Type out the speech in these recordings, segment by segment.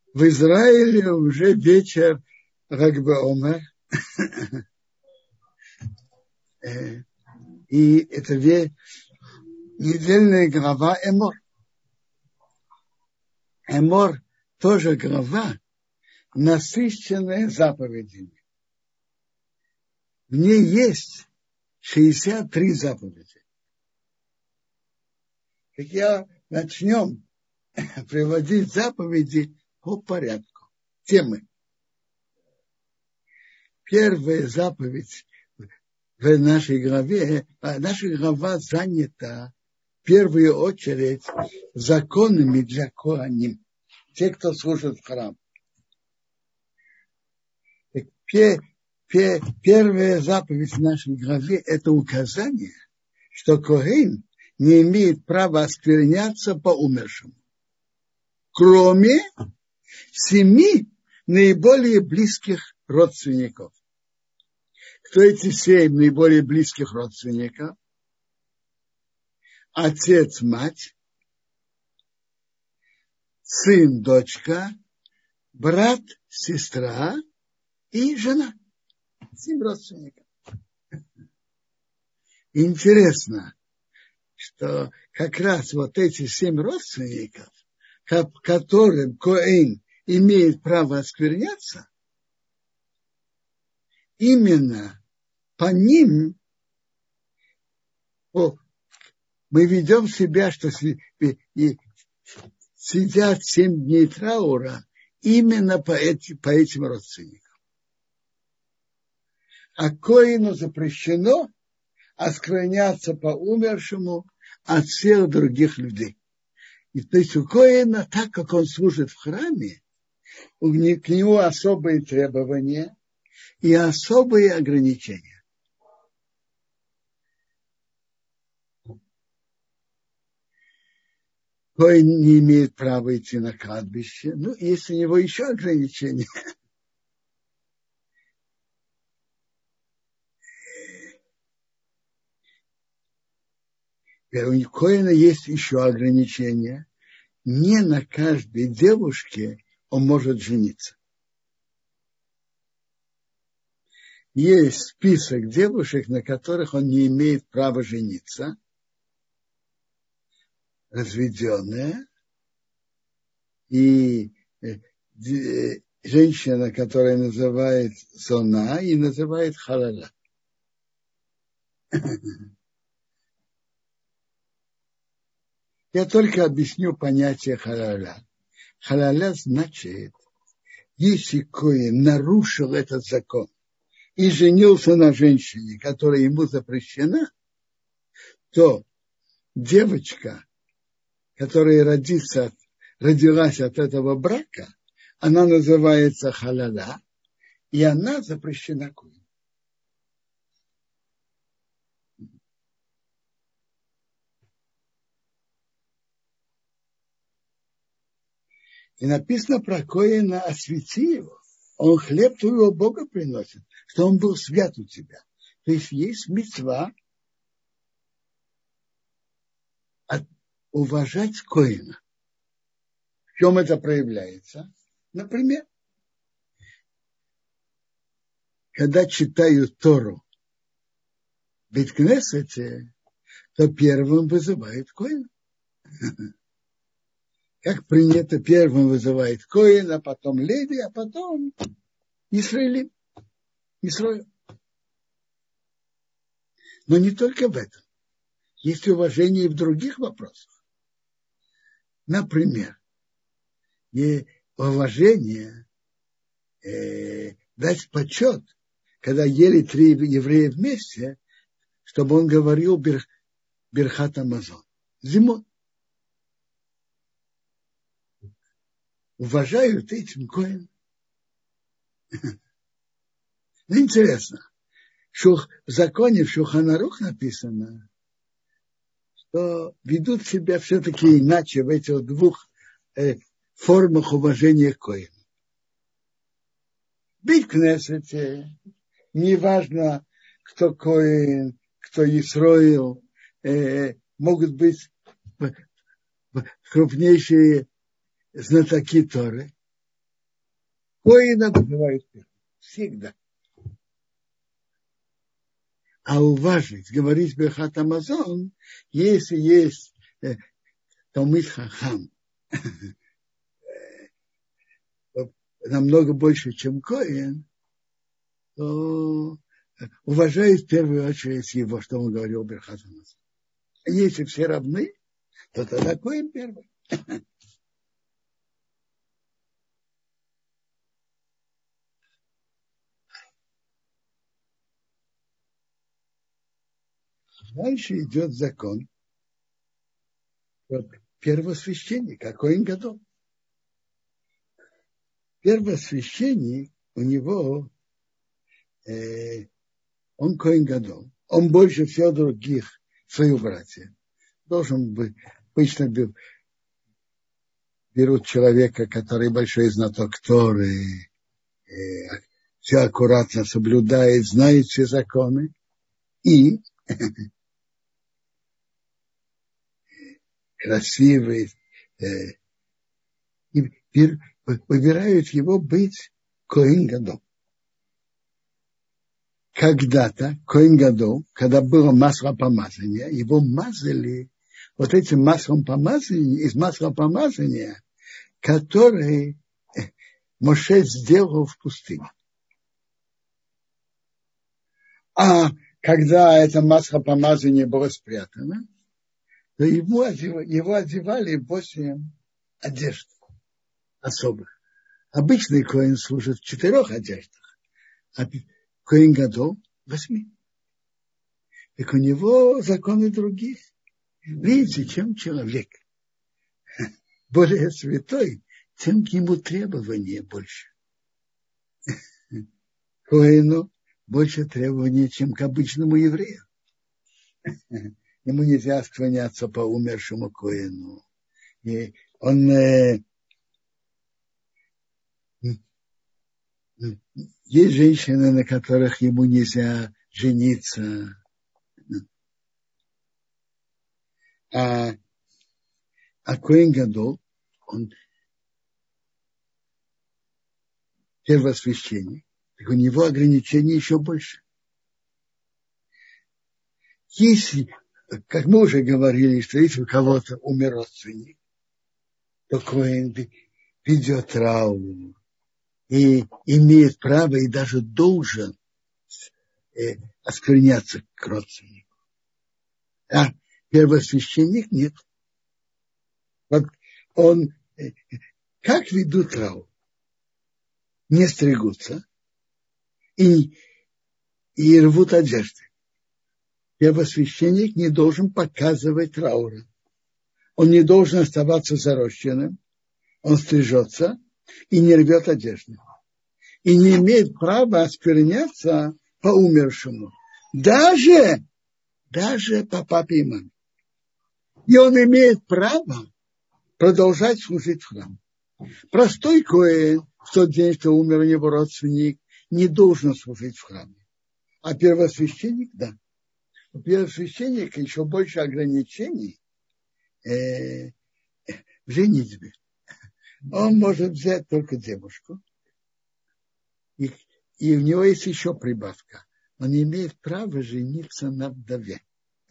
В Израиле уже вечер Омер. И это недельная глава Эмор. Эмор тоже глава, насыщенная заповедями. В ней есть 63 заповеди. Так я начнем приводить заповеди по порядку. Темы. Первая заповедь в нашей главе, наша глава занята в первую очередь законами для коаним, те, кто служит в храм. Первая заповедь в нашей главе – это указание, что коэн не имеет права оскверняться по умершему, кроме 7 наиболее близких родственников. Кто эти 7 наиболее близких родственников? Отец, мать, сын, дочка, брат, сестра и жена. 7 родственников. Интересно, что как раз вот эти 7 родственников, которым коэн имеет право оскверняться, именно по ним мы ведем себя, что сидят 7 дней траура именно по этим родственникам. А коэну запрещено оскверняться по умершему от всех других людей. И то есть у коэна, так как он служит в храме, к нему особые требования и особые ограничения. Коэн не имеет права идти на кладбище. Ну, есть у него еще ограничения. У коэна есть еще ограничения. Не на каждой девушке он может жениться. Есть список девушек, на которых он не имеет права жениться. Разведенная. И женщина, которая называет зона и называет халала. Я только объясню понятие халаля. Халаля значит, если коэн нарушил этот закон и женился на женщине, которая ему запрещена, то девочка, которая родилась от этого брака, она называется халаля, и она запрещена коэну. И написано про коэна: освети его. Он хлеб твоего Бога приносит, что он был свят у тебя. То есть мицва уважать коэна. В чем это проявляется? Например, когда читают Тору в бейт-кнесете, то первым вызывает коэна. Как принято, первым вызывает коэн, а потом леви, а потом Исраилим. Исраиль. Но не только в этом. Есть уважение и в других вопросах. Например, уважение, дать почет, когда ели 3 еврея вместе, чтобы он говорил Берхат Амазон. Зимой. Уважают этим коэн. Интересно. В законе в Шулхан Арух написано, что ведут себя все-таки иначе в этих 2 формах уважения к коэну. В бейт-кнесете неважно, кто коэн, кто Исроил, могут быть крупнейшие знатоки Торы, Коина добивают первым. Всегда. А уважить, говорить Берхат Амазон, если есть Талмид Хахам намного больше, чем Коин, то уважает в первую очередь его, что он говорил Берхат Амазон. А если все равны, то тогда Коин первый. Дальше идет закон. Первосвященник, а Коин Гадол. Первосвященник, у него, он Коин Гадол. Он больше всех других своих братьев. Должен быть, обычно берут человека, который большой знаток Торы, все аккуратно соблюдает, знает все законы. И красивый, и выбирают его быть Коэн Гадол. Когда-то Коэн Гадол, когда было масло помазания, его мазали вот этим маслом помазания, из масла помазания, которое Моше сделал в пустыне. А когда это масло помазания было спрятано, то его одевали 8 одежд особых. Обычный коэн служит в 4 одеждах, а коэн Гадол 8. Так у него законы другие. Видите, чем человек более святой, тем к нему требования больше. Коэну больше требований, чем к обычному еврею. Ему нельзя склоняться по умершему коэну. И он есть женщины, на которых ему нельзя жениться. А Коэн Гадол, он первосвященник, так у него ограничений еще больше. Если, как мы уже говорили, что если у кого-то умер родственник, то Коэн ведет траур и имеет право и даже должен оскверняться к родственнику. А первосвященник нет. Вот он, как ведут траур? Не стригутся и рвут одежды. Первосвященник не должен показывать траура. Он не должен оставаться зарощенным. Он стрижется и не рвет одежды. И не имеет права оскверняться по умершему. Даже по папе и маме. И он имеет право продолжать служить в храме. Простой коэн в тот день, что умер у него родственник, не должен служить в храме. А первосвященник, да. У первосвященника еще больше ограничений в женитьбе. Он может взять только девушку. И у него есть еще прибавка. Он имеет право жениться на вдове.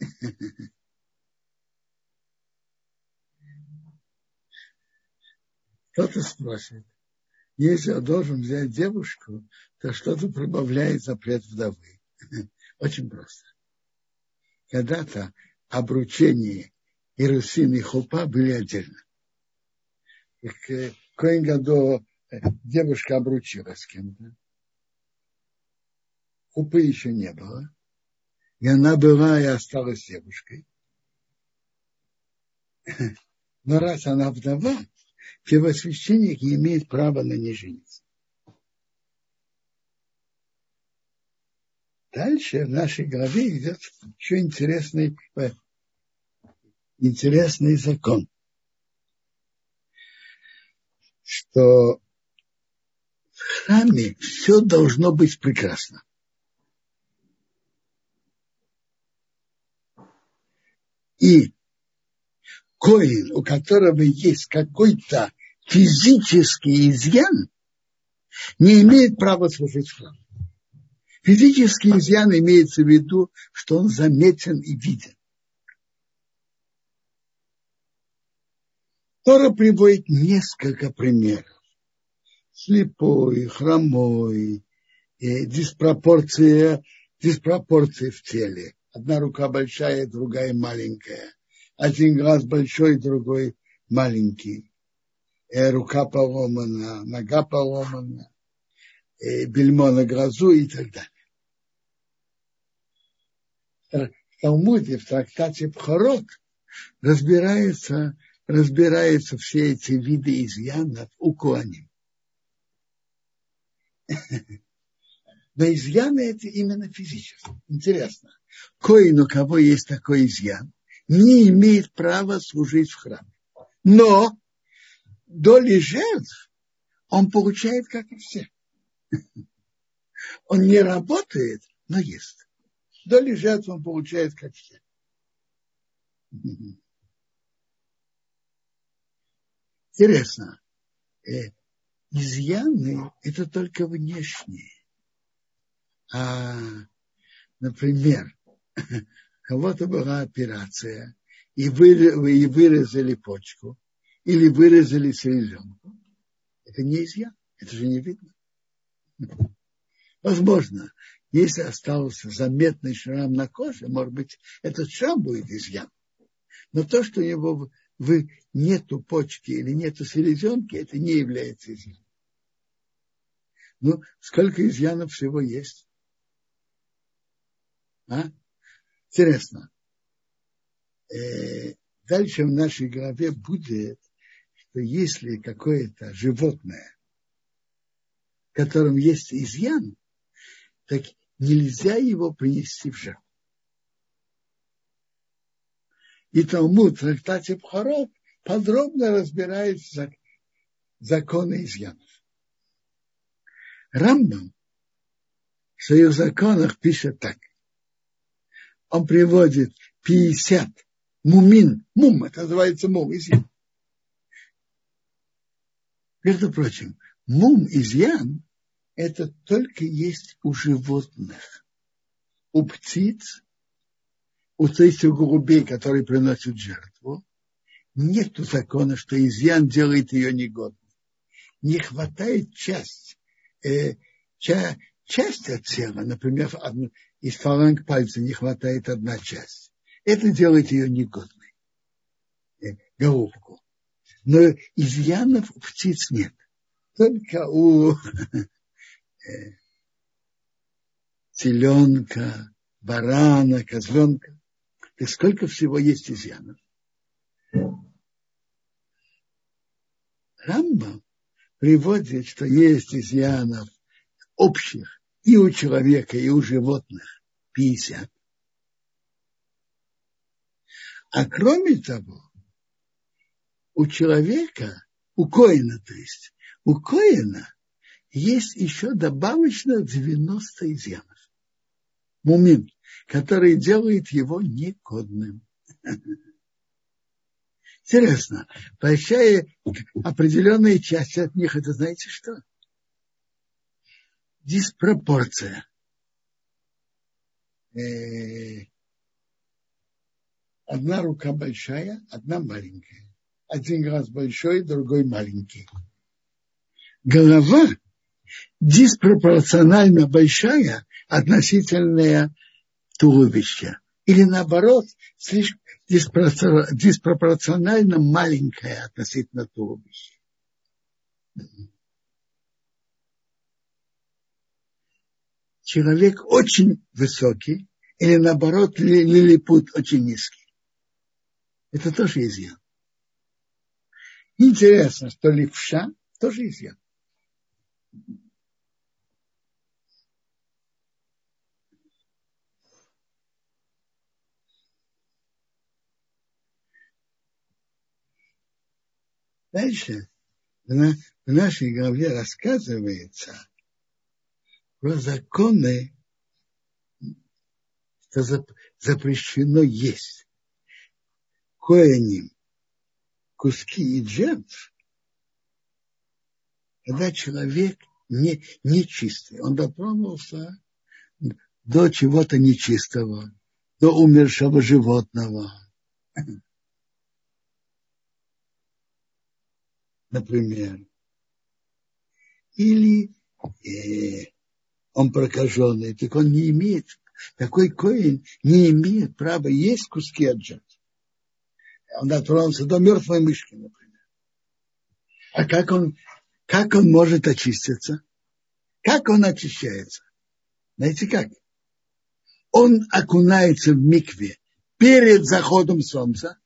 Кто-то спрашивает, если он должен взять девушку, то что-то прибавляет запрет вдовы. Очень просто. Когда-то обручение Ирусин и Хупа были отдельно. Коэн Гадол девушка обручилась с кем-то. Хупы еще не было. И она была и осталась девушкой. Но раз она вдова, первосвященник не имеет права на ней жениться. Дальше в нашей главе идет еще интересный закон, что в храме все должно быть прекрасно. И коэн, у которого есть какой-то физический изъян, не имеет права служить в храме. Физический изъян имеется в виду, что он заметен и виден. Тора приводит несколько примеров. Слепой, хромой, диспропорции в теле. Одна рука большая, другая маленькая. Один глаз большой, другой маленький. Рука поломана, нога поломана, бельмо на глазу и так далее. В Талмуде, в трактате Пхорот разбираются все эти виды изъянов у коаним. Но изъяны это именно физически. Интересно. Коин, у кого есть такой изъян, не имеет права служить в храме. Но доли жертв он получает, как и все. Он не работает, но ест. Доли жертв он получает, как все. Интересно. Изъяны – это только внешние. Например, у кого-то была операция, и вырезали почку, или вырезали селезенку. Это не изъян, это же не видно. Возможно, если остался заметный шрам на коже, может быть, этот шрам будет изъян. Но то, что у него нету почки или нету селезенки, это не является изъяном. Ну, сколько изъянов всего есть? Интересно. Дальше в нашей главе будет, что если какое-то животное, в котором есть изъян, так нельзя его принести в жертву. И Талмуд в трактате Пхорот подробно разбирает законы изъянов. Рамбам в своих законах пишет так. Он приводит 50 мумин. Мум, это называется мум, изъян. Между прочим, мум, изъян, это только есть у животных. У птиц, то есть у голубей, которые приносят жертву, нет закона, что изъян делает ее негодной. Не хватает часть от тела, например, из фаланг пальца не хватает одна часть. Это делает ее негодной. Головку. Но изъянов у птиц нет. Только у теленка, барана, козленка. И сколько всего есть изъянов. Рамбам приводит, что есть изъянов общих и у человека, и у животных 50. А кроме того, у человека, у коэна, то есть, у коэна есть еще добавочно 90 изъянов. Мумин, который делает его негодным. Интересно, большая определенная часть от них, это знаете что? Диспропорция. Одна рука большая, одна маленькая. Один глаз большой, другой маленький. Голова диспропорционально большая относительно туловища. Или наоборот, слишком диспропорционально маленькая относительно туловища. Человек очень высокий, или наоборот, лилипут очень низкий. Это тоже изъян. Интересно, что левша тоже изъян. Дальше в нашей главе рассказывается про законы, что запрещено есть коэним куски и жертв, когда человек нечистый. Он дотронулся до чего-то нечистого, до умершего животного. Например. Или он прокаженный, так он не имеет, такой коэн не имеет права есть куски отжать. Он дотронулся до мертвой мышки, например. А как он может очиститься? Как он очищается? Знаете как? Он окунается в микве перед заходом солнца,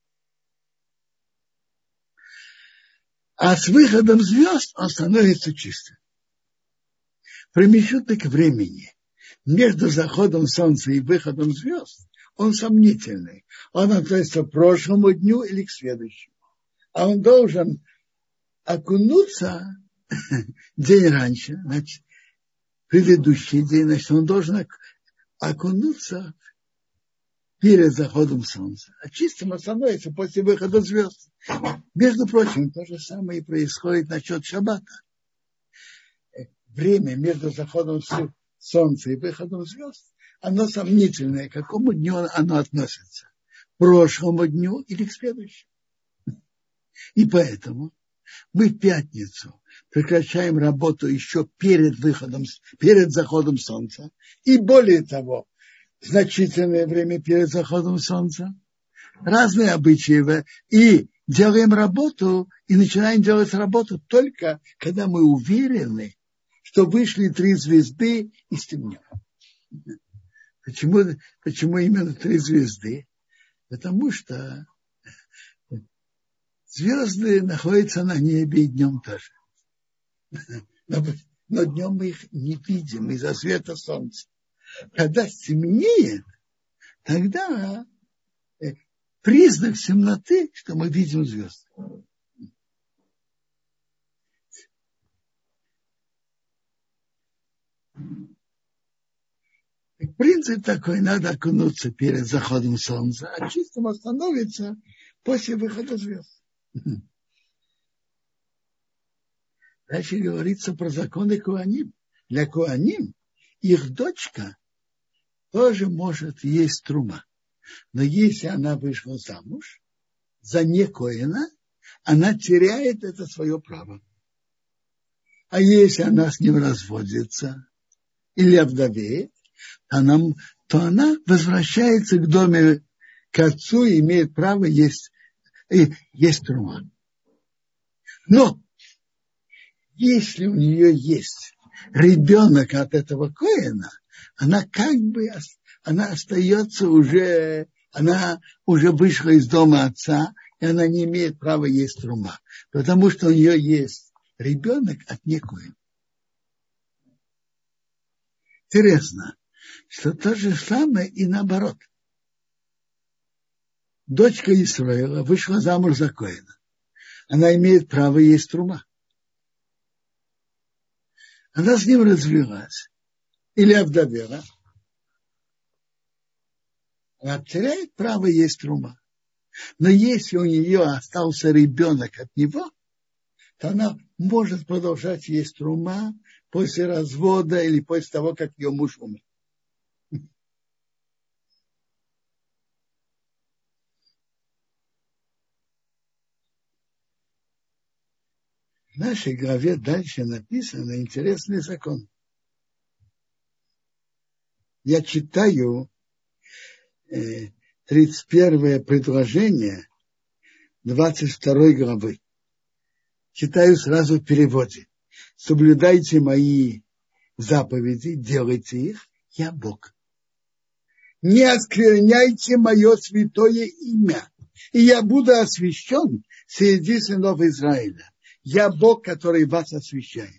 а с выходом звезд он становится чистым. Промежуток времени между заходом солнца и выходом звезд он сомнительный. Он относится к прошлому дню или к следующему. А он должен окунуться день раньше, значит, предыдущий день, значит, он должен окунуться перед заходом солнца. А чистым он становится после выхода звезд. Между прочим, то же самое и происходит насчет шаббата. Время между заходом солнца и выходом звезд, оно сомнительное, к какому дню оно относится. К прошлому дню или к следующему. И поэтому мы в пятницу прекращаем работу еще перед заходом солнца. И более того, значительное время перед заходом солнца. Разные обычаи. И делаем работу, и начинаем делать работу только, когда мы уверены, что вышли 3 звезды и стемнело. Почему именно 3 звезды? Потому что звезды находятся на небе и днем тоже. Но днем мы их не видим из-за света солнца. Когда стемнеет, тогда признак темноты, что мы видим звезды. Принцип такой, надо окунуться перед заходом солнца, а чистым остановится после выхода звезд. Дальше говорится про законы Коаним. Для Коаним их дочка тоже может есть трума. Но если она вышла замуж за не Коэна, она теряет это свое право. А если она с ним разводится или овдовеет, то она возвращается к доме, к отцу и имеет право есть трума. Но если у нее есть ребенок от этого коэна, она остается она уже вышла из дома отца, и она не имеет права есть трума, потому что у нее есть ребенок от не коэна. Интересно, что то же самое и наоборот. Дочка Исраила вышла замуж за коэна. Она имеет право есть трума. Она с ним развелась или овдовела. Она теряет право есть трума. Но если у нее остался ребенок от него, то она может продолжать есть трума после развода или после того, как ее муж умер. В нашей главе дальше написано интересный закон. Я читаю 31 предложение 22 главы. Читаю сразу в переводе. Соблюдайте мои заповеди, делайте их, я Бог. Не оскверняйте мое святое имя, и я буду освящен среди сынов Израиля. Я Бог, который вас освящает.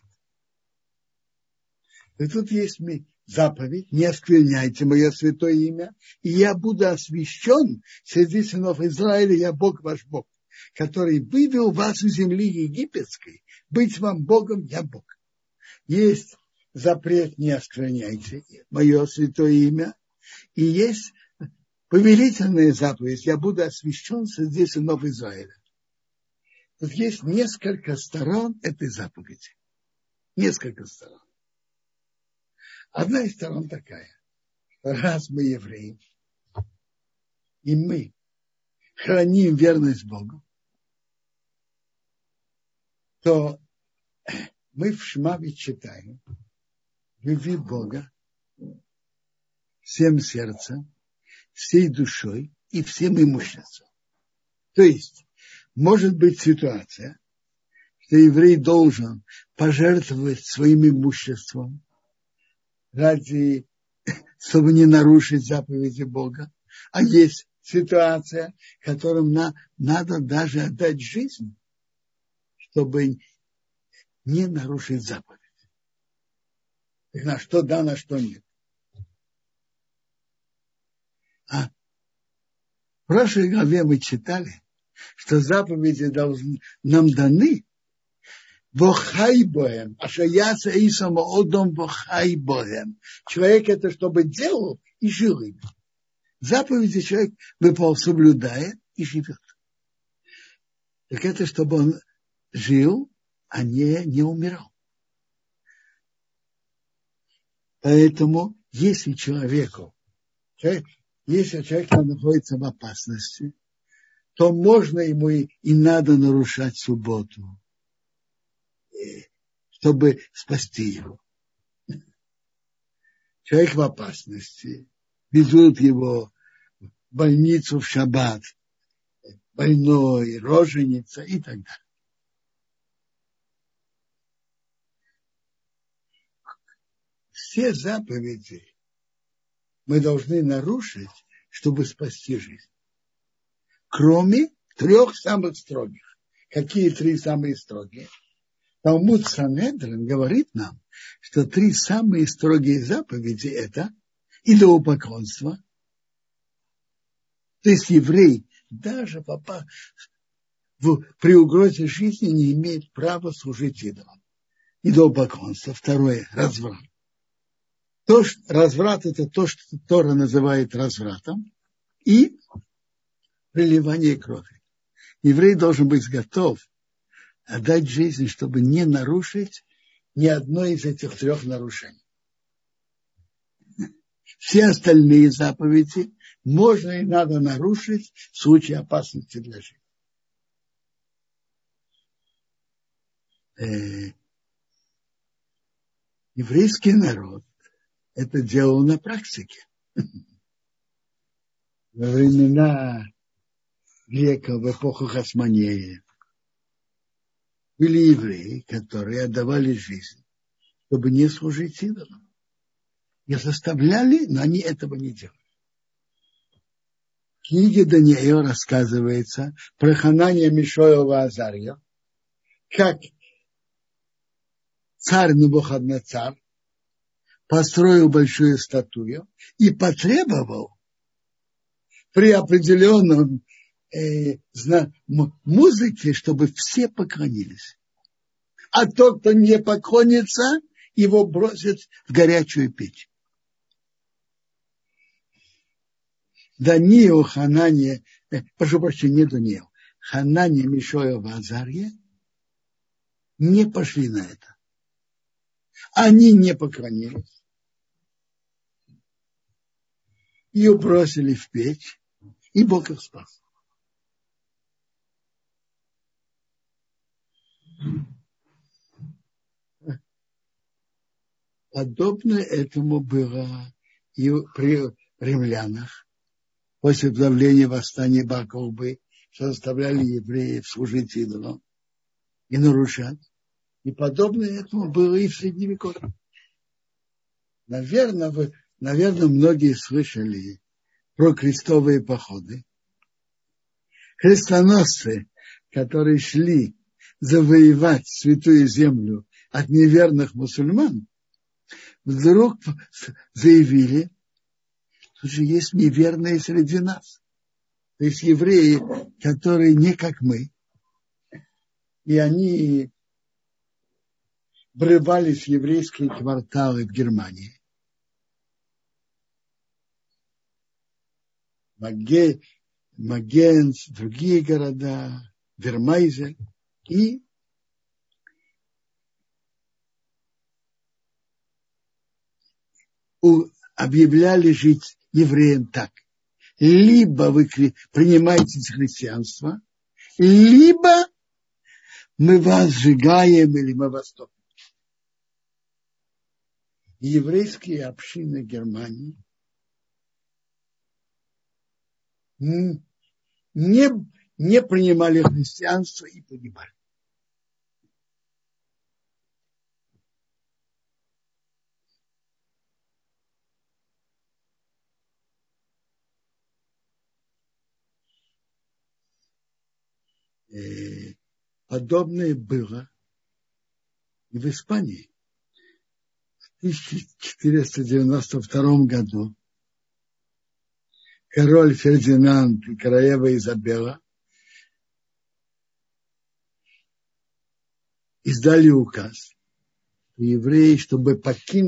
И тут есть заповедь, не оскверняйте мое святое имя, и я буду освящен среди сынов Израиля, я Бог ваш Бог, который вывел вас из земли египетской, быть вам Богом, я Бог. Есть запрет, не оскверняйте мое святое имя, и есть повелительная заповедь, я буду освящен среди сынов Израиля. Тут есть несколько сторон этой заповеди. несколько сторон. Одна из сторон такая, что раз мы евреи, и мы храним верность Богу, то мы в Шмаве читаем: люби Бога всем сердцем, всей душой и всем имуществом. То есть, может быть ситуация, что еврей должен пожертвовать своим имуществом ради, чтобы не нарушить заповеди Бога, а есть ситуация, в которой надо даже отдать жизнь, чтобы не нарушить заповедь. Так на что да, на что нет. В прошлой главе мы читали, что заповеди нам даны бохай боем, ашаяса и самоодом бохай боем. Человек это чтобы делал и жил им. Заповеди человек соблюдает и живет. Так это чтобы он жил, а не умирал. Поэтому если человек находится в опасности, то можно ему и надо нарушать субботу, чтобы спасти его. Человек в опасности, везут его в больницу в шаббат, больной, роженица и так далее. Все заповеди мы должны нарушить, чтобы спасти жизнь. Кроме 3 самых строгих. Какие 3 самые строгие? Талмуд Санедрин говорит нам, что 3 самые строгие заповеди – это идолопоклонство. То есть еврей даже при угрозе жизни не имеет права служить идолам. Идолопоклонство. 2 – разврат. Разврат – это то, что Тора называет развратом, и проливание крови. Еврей должен быть готов отдать жизнь, чтобы не нарушить ни одно из этих 3 нарушений. Все остальные заповеди можно и надо нарушить в случае опасности для жизни. Еврейский народ это делал на практике. Во времена греков, в эпоху Хасмонея, были евреи, которые отдавали жизнь, чтобы не служить идолам. Их заставляли, но они этого не делали. В книге Даниила рассказывается про Ханания, Мишоэла, Азария, как царь Навуходоносор построил большую статую и потребовал при определенном музыке, чтобы все поклонились. А тот, кто не поклонится, его бросят в горячую печь. Даниил, Ханания, прошу прощения, не Даниил, Ханания, Мишоэл, Азария не пошли на это. Они не поклонились. Ее бросили в печь, и Бог их спас. Подобно этому было и при римлянах после подавления восстания Бар-Кохбы, что заставляли евреев служить идолам и нарушать. И подобно этому было и в Средневековье. Наверное, многие слышали про крестовые походы. Крестоносцы, которые шли завоевать святую землю от неверных мусульман, вдруг заявили, что же есть неверные среди нас. То есть евреи, которые не как мы, и они врывались в еврейские кварталы в Германии. Магенс, другие города, Вермайзель, и объявляли жить евреям так. Либо вы принимаете христианство, либо мы вас сжигаем или мы вас топим. Еврейские общины Германии не принимали христианство и погибали. Подобное было и в Испании. В 1492 году король Фердинанд и королева Изабелла издали указ, евреи, чтобы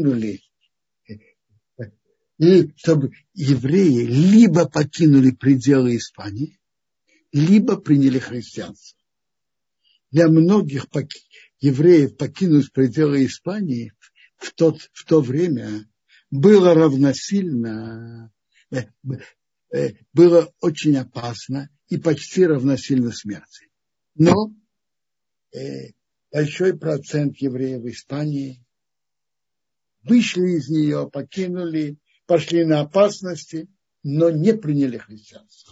евреи либо покинули пределы Испании, либо приняли христианство. Для многих евреев покинуть пределы Испании в то время было равносильно, было очень опасно и почти равносильно смерти. Но большой процент евреев в Испании вышли из нее, покинули, пошли на опасности, но не приняли христианство.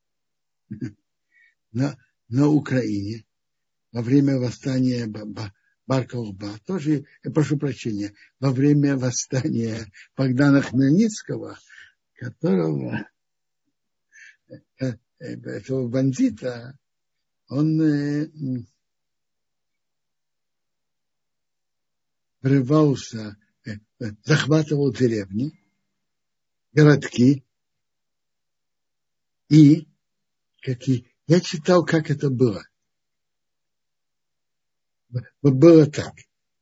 На Украине во время восстания Бар-Кохба, тоже, я прошу прощения, во время восстания Богдана Хмельницкого, этого бандита, он врывался, захватывал деревни, городки, и я читал, как это было. Было так.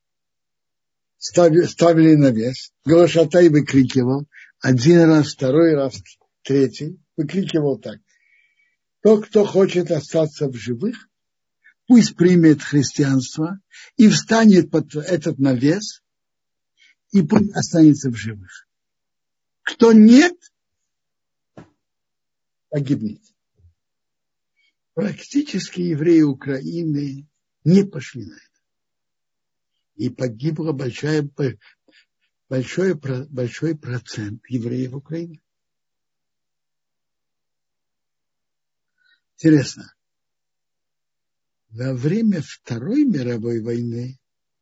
Ставили навес, глашатай выкрикивал, один раз, второй раз, третий, выкрикивал так. Тот, кто хочет остаться в живых, пусть примет христианство и встанет под этот навес, и пусть останется в живых. Кто нет, погибнет. Практически евреи Украины не пошли на это. И погибло большой процент евреев Украины. Интересно. Во время Второй мировой войны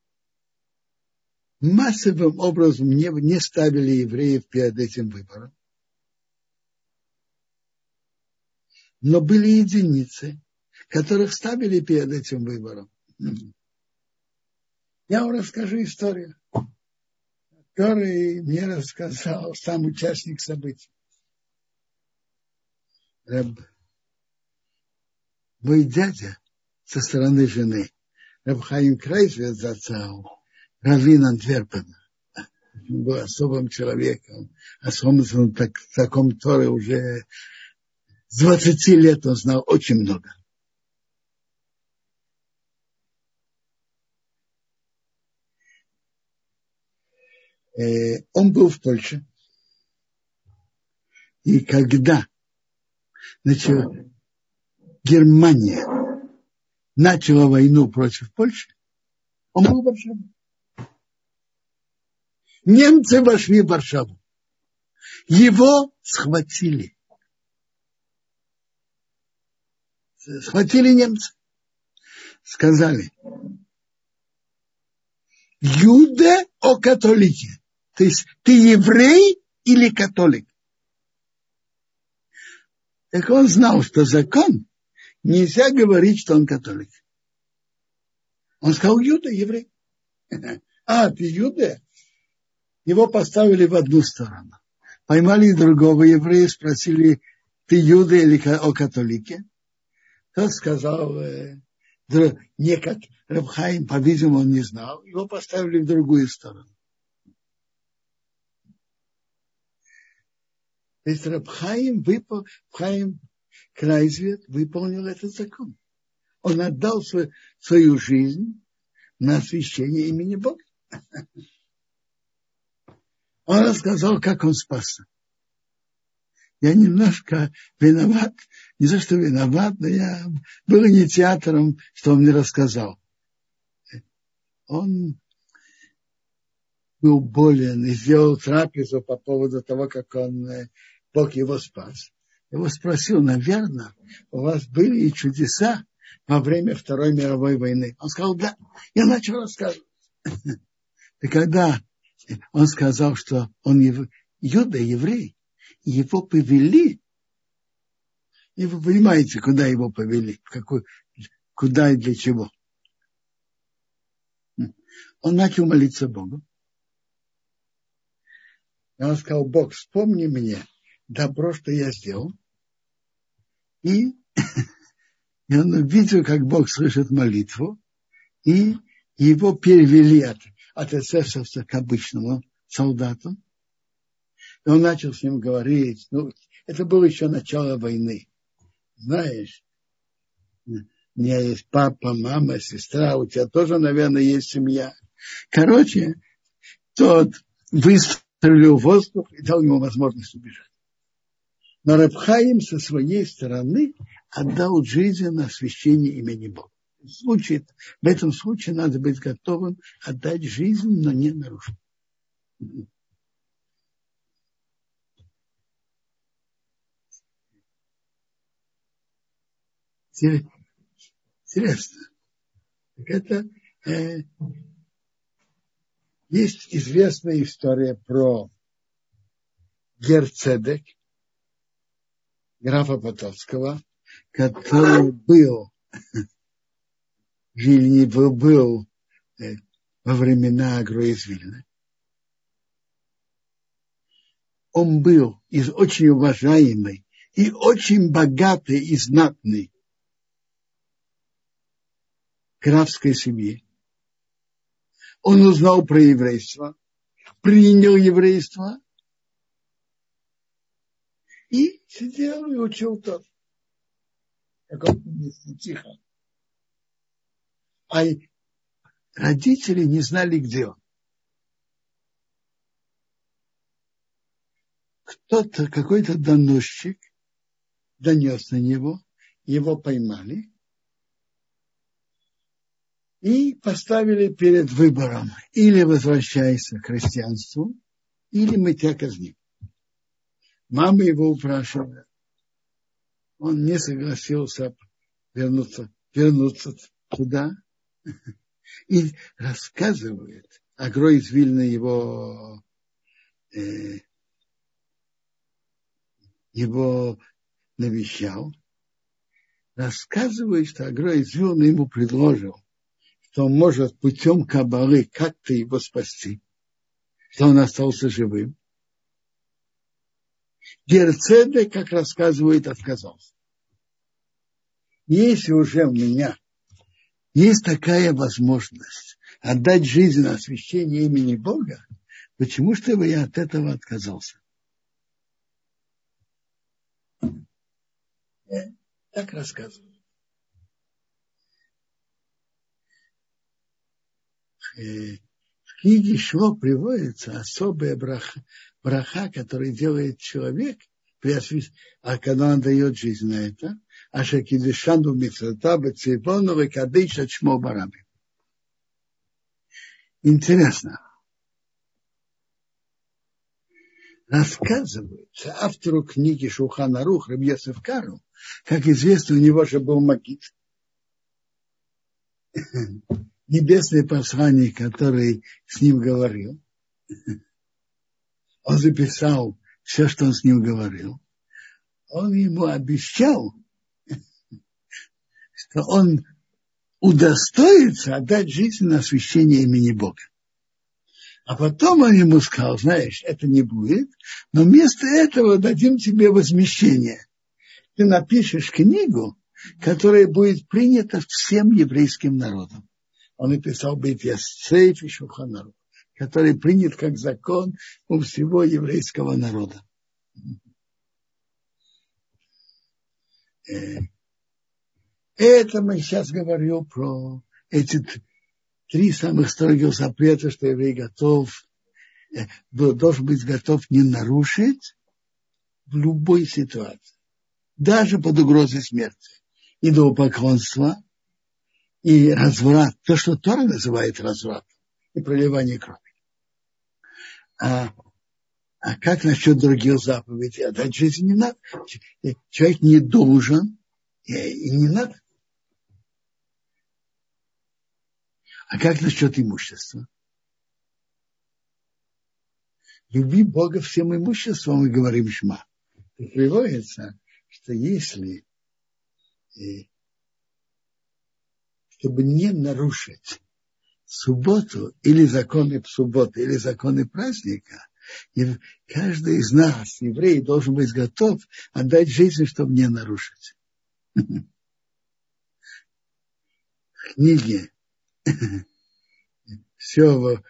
массовым образом не ставили евреев перед этим выбором. Но были единицы, которых ставили перед этим выбором. Я вам расскажу историю, которую мне рассказал сам участник событий. Мой дядя со стороны жены, Раб Хаим Крайзвет зацал, раввин Антверпена, он был особым человеком, особым таком Торе уже с 20 лет он знал очень много. Он был в Польше, и когда Германия начала войну против Польши, он был в Варшаве. Немцы вошли в Варшаву. Его схватили. Схватили немцы. Сказали, Юде о католике. То есть ты еврей или католик? Так он знал, что закон нельзя говорить, что он католик. Он сказал, Юда, еврей. А, ты Юда? Его поставили в одну сторону. Поймали другого еврея, спросили, ты Юда или о католике? Тот сказал, Раб Хаим, по-видимому, он не знал. Его поставили в другую сторону. То есть Раб Хаим Крайзвет выполнил этот закон. Он отдал свою жизнь на освящение имени Бога. Он рассказал, как он спасся. Я немножко виноват, не за что виноват, но я был инициатором, что он мне рассказал. Он был болен и сделал трапезу по поводу того, как Бог его спас. Я его спросил, наверное, у вас были и чудеса во время Второй мировой войны? Он сказал, да. Я начал рассказывать. И когда он сказал, что он еврей, его повели, и вы понимаете, куда его повели, куда и для чего. Он начал молиться Богу. И он сказал, Бог, вспомни мне добро, что я сделал. И он увидел, как Бог слышит молитву, и его перевели от эсэсовца к обычному солдату. И он начал с ним говорить. Это было еще начало войны. Знаешь, у меня есть папа, мама, сестра, у тебя тоже, наверное, есть семья. Короче, тот выстрелил в воздух и дал ему возможность убежать. Но Рав Хаим со своей стороны отдал жизнь на освящение имени Бога. В этом случае надо быть готовым отдать жизнь, но не нарушить. Интересно. Это есть известная история про Гер-Цедек, графа Потоцкого, который был во времена Агро из Вильны. Он был из очень уважаемой и очень богатой и знатной графской семьи. Он узнал про еврейство, принял еврейство и сидел и учил Тору. Тихо. А родители не знали, где он. Какой-то доносчик донес на него, его поймали и поставили перед выбором: или возвращайся к христианству, или мы тебя казним. Мама его упрашивала. Он не согласился вернуться туда. И рассказывает, Агро из Вильны его навещал, рассказывает, что Агро из Вильны ему предложил, что он может путем каббалы как-то его спасти, что он остался живым. Гер-Цедек, как рассказывает, отказался. Если уже у меня есть такая возможность отдать жизнь на освящение имени Бога, почему же бы я от этого отказался? Так рассказываю. В книге Шло приводится особая браха, которую делает человек, когда он дает жизнь на это, ашакидешану митцвата бецейбону и кадыша чмо бараби. Интересно. Рассказывается автору книги Шулхан Арух Рав Йосеф Кару, как известно, у него же был Магид, небесный посланник, который с ним говорил. Он записал все, что он с ним говорил. Он ему обещал, что он удостоится отдать жизнь на освящение имени Бога. А потом он ему сказал: знаешь, это не будет, но вместо этого дадим тебе возмещение. Ты напишешь книгу, которая будет принята всем еврейским народом. Он написал Бейт Йосеф и Шулхан Арух, который принят как закон у всего еврейского народа. Это мы сейчас говорим про эти 3 самых строгих запрета, что еврей готов должен быть готов не нарушить в любой ситуации, даже под угрозой смерти. Идолопоклонство и разврат, то, что Тора называет развратом, и проливание крови. А как насчет других заповедей? Отдать жизнь не надо. Человек не должен и не надо. А как насчет имущества? Люби Бога всем имуществом, мы говорим шма. Приводится, что если, чтобы не нарушить субботу или законы субботы, или законы праздника, и каждый из нас, еврей, должен быть готов отдать жизнь, чтобы не нарушить. В книге все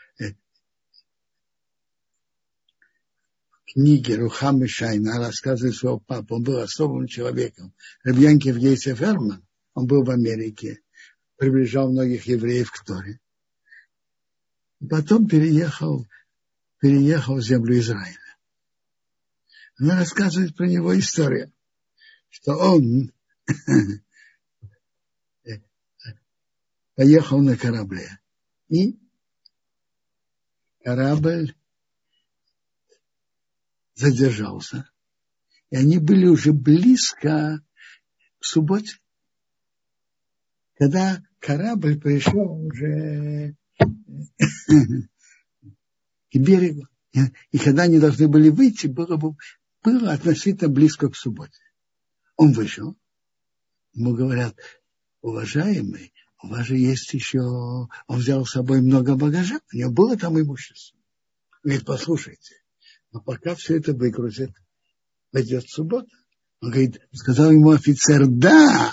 книге Рухам Ишайна рассказывает своего папу. Он был особым человеком. Рабби Янкив Йосеф Эрман, он был в Америке, приближал многих евреев к Торе. Потом переехал в землю Израиля. Она рассказывает про него историю, что он поехал на корабле. И корабль задержался. И они были уже близко к субботе. Когда корабль пришел уже к берегу, и когда они должны были выйти, было относительно близко к субботе. Он вышел. Ему говорят: уважаемый, у вас же есть еще... Он взял с собой много багажа, у него было там имущество. Он говорит: послушайте, но пока все это выгрузит, пойдет суббота. Он говорит, сказал ему офицер: да,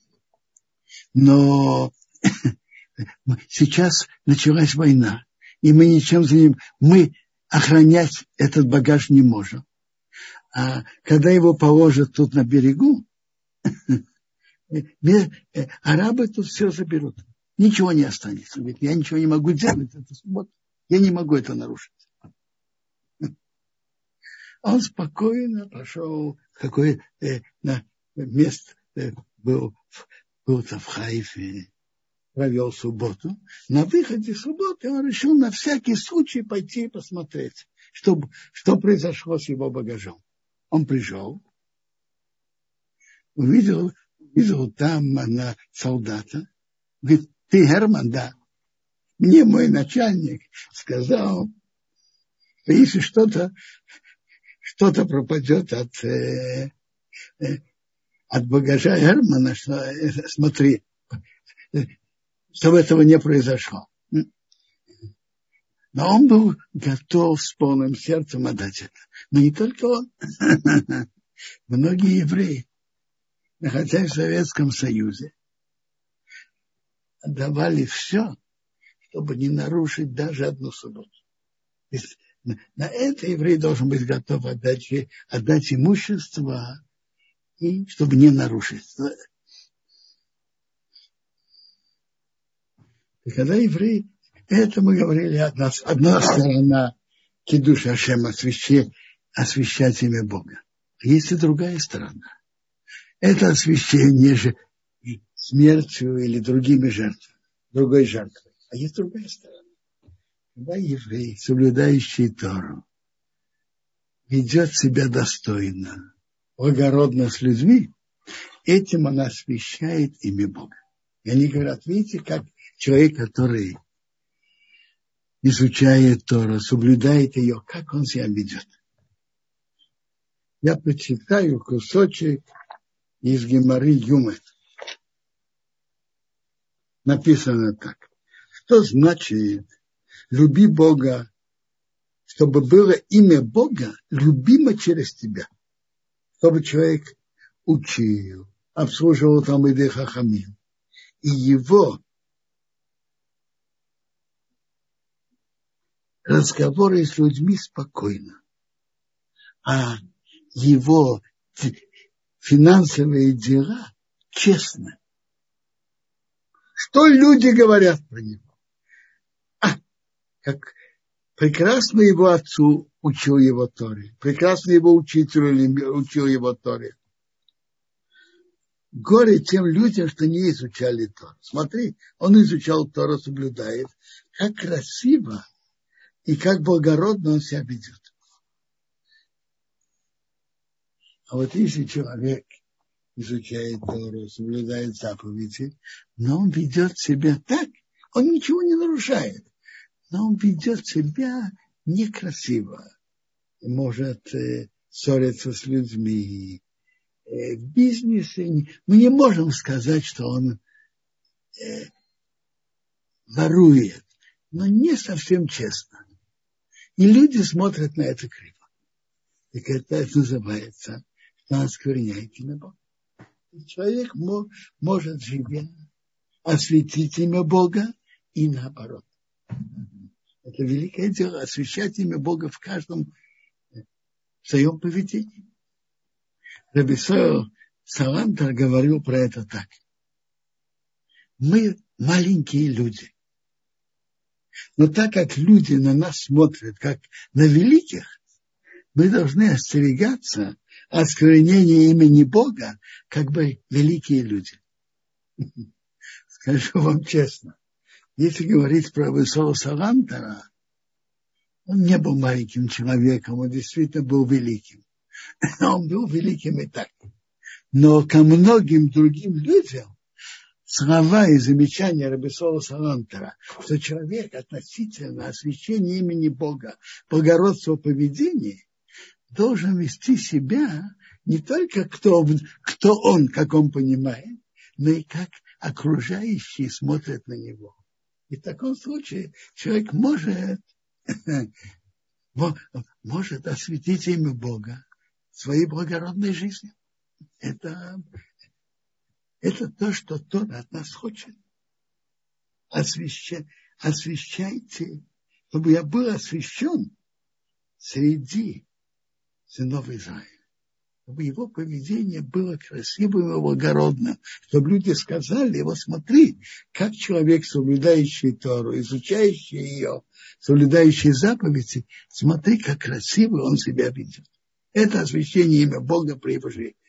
но сейчас началась война, и мы ничем за ним, мы охранять этот багаж не можем. А когда его положат тут на берегу, арабы тут все заберут. Ничего не останется. Он говорит: я ничего не могу делать, это суббота. Я не могу это нарушить. Он спокойно пошел в какое место, был-то в Хайфе, провел субботу. На выходе субботы он решил на всякий случай пойти и посмотреть, что произошло с его багажом. Он пришел, увидел там солдата. Говорит: ты Герман? Да. Мне мой начальник сказал, что если что-то пропадет от багажа Германа, смотри, чтобы этого не произошло. Но он был готов с полным сердцем отдать это. Но не только он. Многие евреи, находясь в Советском Союзе, отдавали все, чтобы не нарушить даже одну субботу. На это еврей должен быть готов отдать имущество, и чтобы не нарушить. И когда еврей, это мы говорили, одна сторона кидуш Ашем, освящать имя Бога. А есть и другая сторона. Это освящение же смертью или другими жертвами, другой жертвой. А есть другая сторона. Когда еврей, соблюдающий Тору, ведет себя достойно, благородно с людьми, этим он освящает имя Бога. И они говорят: видите, как человек, который изучает Тору, соблюдает ее, как он себя ведет. Я почитаю кусочек из Гемары Юмет. Написано так. Что значит люби Бога, чтобы было имя Бога любимо через тебя? Чтобы человек учил, обслуживал Талмидей Хахамим. И его разговоры с людьми спокойно. А его финансовые дела честно. Что люди говорят про него? Как Прекрасно его отцу учил его Торе. Прекрасно его учителю учил его Торе. Горе тем людям, что не изучали Тору. Смотри, он изучал Тору, соблюдает. Как красиво и как благородно он себя ведет. А вот если человек изучает Тору, соблюдает заповеди, но он ведет себя так, он ничего не нарушает, но он ведет себя некрасиво. Может ссориться с людьми, в бизнесе. Мы не можем сказать, что он ворует, но не совсем честно. И люди смотрят на это криво. И это называется, что он оскверняет имя Бога. Человек может, живя, осветить имя Бога и наоборот. Это великое дело, освящать имя Бога в каждом своем поведении. Рабби Салантер говорил про это так. Мы маленькие люди. Но так как люди на нас смотрят, как на великих, мы должны остерегаться осквернения имени Бога, как бы великие люди. Скажу вам честно, если говорить про Рабби Салантера, он не был маленьким человеком, он действительно был великим. Он был великим и так. Но ко многим другим людям слова и замечания Рабби Салантера, что человек относительно освящения имени Бога, благородства поведения, должен вести себя не только кто он, как он понимает, но и как окружающие смотрят на него. И в таком случае человек может осветить имя Бога своей благородной жизнью. Это то, что Тора от нас хочет. Освящайте, чтобы я был освящен среди сынов Израиля. Чтобы его поведение было красивым и благородным. Чтобы люди сказали, вот смотри, как человек, соблюдающий Тору, изучающий ее, соблюдающий заповеди, смотри, как красиво он себя ведет. Это освящение имя Бога при его жизни.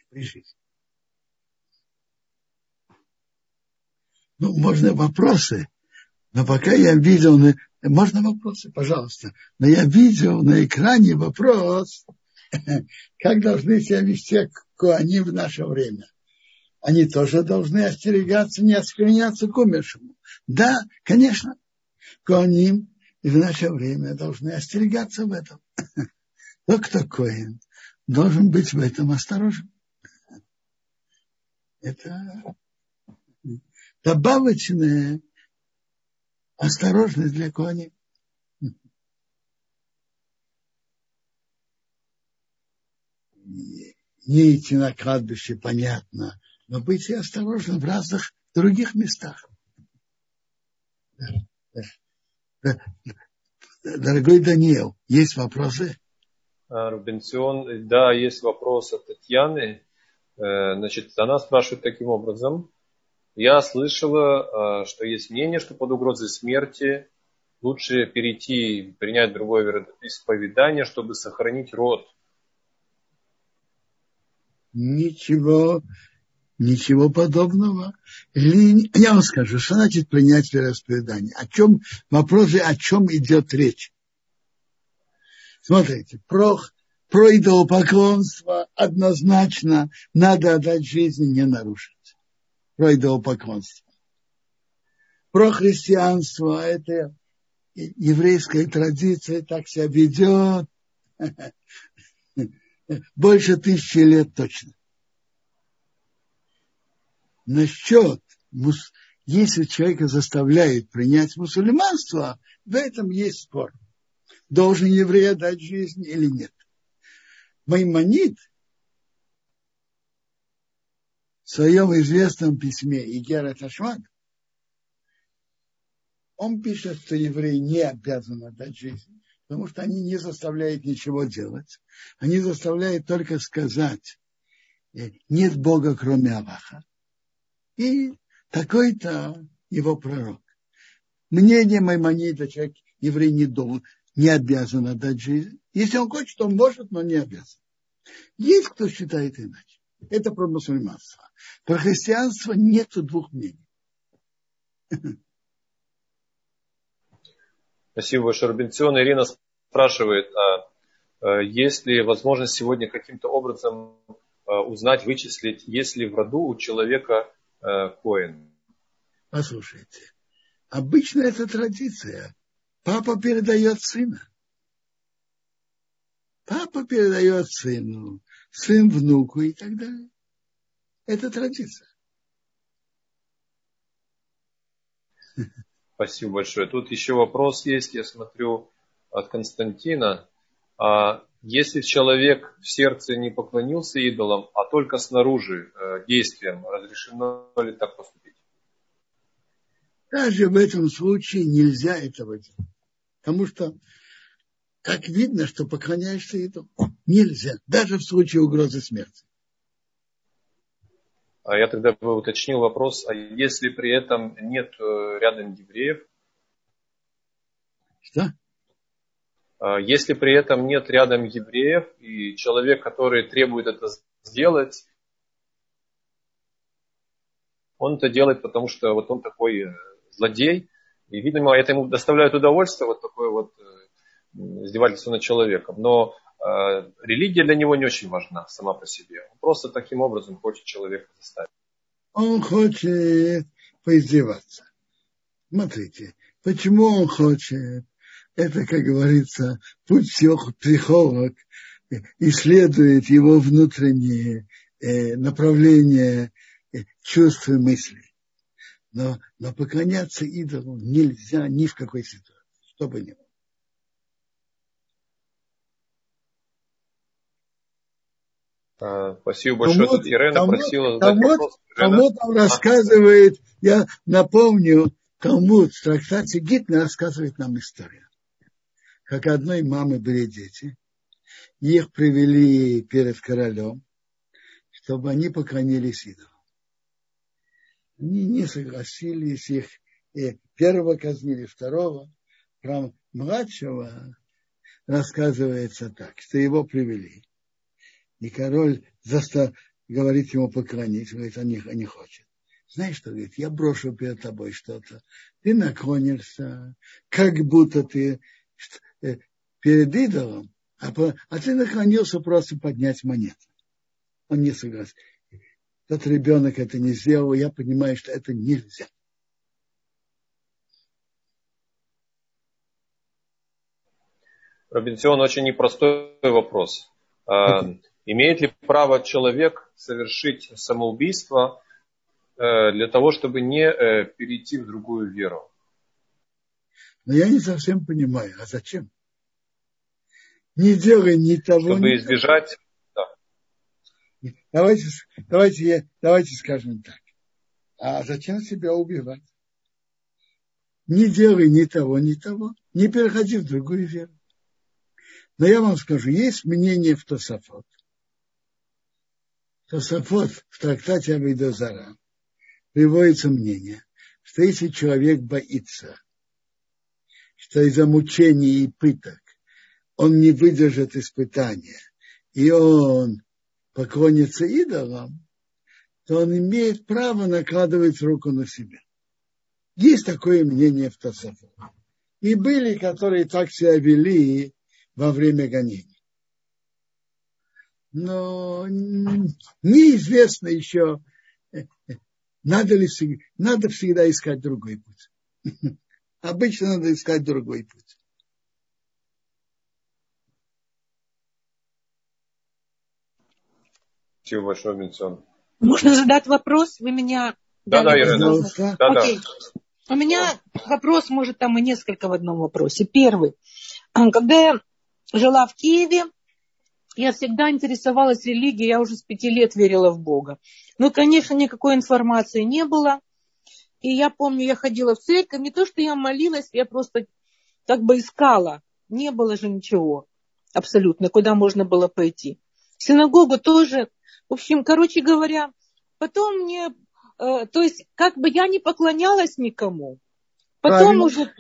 Ну, можно вопросы, но пока я видел... Можно вопросы, пожалуйста. Но я видел на экране вопрос, как должны себя вести коаним в наше время. Они тоже должны остерегаться, не оскверняться к умершему. Да, конечно, коаним в наше время должны остерегаться в этом. Но кто коэн должен быть в этом осторожен. Это добавочная осторожность для коаним. Не идти на кладбище, понятно, но быть и осторожным в разных других местах. Дорогой Даниил, есть вопросы? Рубенцион, да, есть вопрос от Татьяны. Значит, она спрашивает таким образом. Я слышала, что есть мнение, что под угрозой смерти лучше перейти, принять другое вероисповедание, чтобы сохранить род. Ничего подобного. Я вам скажу, что значит принять вероисповедание. Вопрос же, о чем идет речь. Смотрите, про идолопоклонство однозначно надо отдать жизни, не нарушить. Про идолопоклонство. Про христианство, это еврейская традиция, так себя ведет. Больше 1000 лет точно. Насчет, если человека заставляет принять мусульманство, в этом есть спор. Должен еврей отдать жизнь или нет. Маймонид в своем известном письме Игерет Ашмад, он пишет, что еврей не обязан отдать жизнь, потому что они не заставляют ничего делать. Они заставляют только сказать, нет Бога, кроме Аллаха. И такой-то его пророк. Мнение Маймонида, человек, еврей не не обязан отдать жизнь. Если он хочет, он может, но не обязан. Есть кто считает иначе. Это про мусульманство. Про христианство нет двух мнений. Спасибо большое, Робинсон. Ирина спрашивает, есть ли возможность сегодня каким-то образом узнать, вычислить, есть ли в роду у человека коэн? Послушайте, обычно это традиция. Папа передает сына. Папа передает сыну, сын внуку и так далее. Это традиция. Спасибо большое. Тут еще вопрос есть, я смотрю, от Константина. Если человек в сердце не поклонился идолам, а только снаружи действием, разрешено ли так поступить? Даже в этом случае нельзя этого делать. Потому что, как видно, что поклоняешься идолу. Нельзя. Даже в случае угрозы смерти. Я тогда бы уточнил вопрос, а если при этом нет рядом евреев? Что? Если при этом нет рядом евреев, и человек, который требует это сделать, он это делает, потому что вот он такой злодей, и, видимо, это ему доставляет удовольствие, вот такое вот издевательство над человеком. Но религия для него не очень важна сама по себе. Он просто таким образом хочет человека заставить. Он хочет поиздеваться. Смотрите, почему он хочет? Это, как говорится, пусть психолог исследует его внутренние направления чувств и мыслей. Но поклоняться идолу нельзя ни в какой ситуации, что бы ни было. Спасибо большое. Тут Ирена просила задать вопрос. Кому там рассказывает, я напомню, Талмуд в трактате Гитна рассказывает нам историю. Как одной мамы были дети, их привели перед королем, чтобы они поклонились идолам. Они не согласились, их первого казнили, второго. Про младшего рассказывается так, что его привели. И король говорит ему поклониться, говорит, он не хочет. Знаешь что, говорит, я брошу перед тобой что-то. Ты наклонишься, как будто ты перед идолом, а ты наклонился просто поднять монету. Он не согласен. Тот ребенок это не сделал, я понимаю, что это нельзя. Робинсон, очень непростой вопрос. Имеет ли право человек совершить самоубийство для того, чтобы не перейти в другую веру? Но я не совсем понимаю, а зачем? Не делай ни того, чтобы избежать. Да. Давайте скажем так. А зачем себя убивать? Не делай ни того, не переходи в другую веру. Но я вам скажу, есть мнение в Тосафот. Тосафот в трактате Авойдо Зара приводится мнение, что если человек боится, что из-за мучений и пыток он не выдержит испытания, и он поклонится идолам, то он имеет право накладывать руку на себя. Есть такое мнение в Тосафот. И были, которые так себя вели во время гонений. Но неизвестно еще, надо всегда искать другой путь. Обычно надо искать другой путь. Спасибо большое, Минсон. Можно задать вопрос? Вы меня... Да, Ирина. Окей. У меня вопрос, может, там и несколько в одном вопросе. Первый. Когда я жила в Киеве, я всегда интересовалась религией, я уже с 5 лет верила в Бога. Но, конечно, никакой информации не было. И я помню, я ходила в церковь, не то, что я молилась, я просто как бы искала. Не было же ничего абсолютно, куда можно было пойти. В синагогу тоже. В общем, короче говоря, потом мне... то есть, как бы я не поклонялась никому. Потом уже...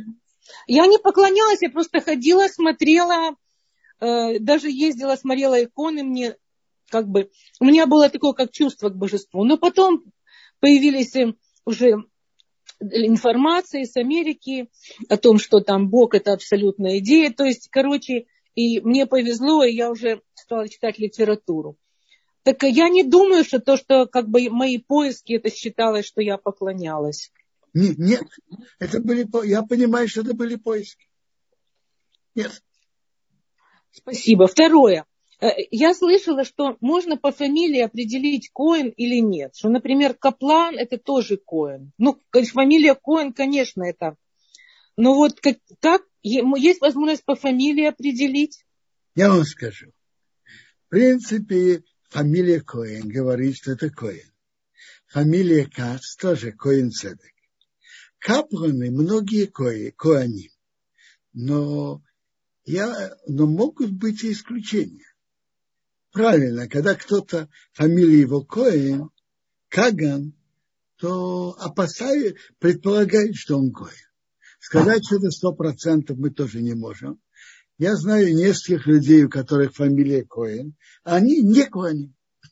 Я не поклонялась, я просто ходила, смотрела, даже ездила, смотрела иконы, мне как бы, у меня было такое как чувство к божеству. Но потом появились уже информация из Америки о том, что там Бог это абсолютная идея. То есть, короче, и мне повезло, и я уже стала читать литературу. Так я не думаю, что то, что как бы мои поиски, это считалось, что я поклонялась. Нет, это были, я понимаю, что это были поиски. Нет. Спасибо. Второе. Я слышала, что можно по фамилии определить Коэн или нет. Что, например, Каплан это тоже Коэн. Ну, фамилия Коэн, конечно, это. Но вот как есть возможность по фамилии определить? Я вам скажу. В принципе, фамилия Коэн говорит, что это Коэн. Фамилия Кац тоже Коэн Цедек. Капланы многие коани. Но могут быть и исключения. Правильно, когда кто-то, фамилия его Коэн, Каган, то предполагает, что он Коэн. Сказать, что это 100% мы тоже не можем. Я знаю нескольких людей, у которых фамилия Коэн, а они не Коани.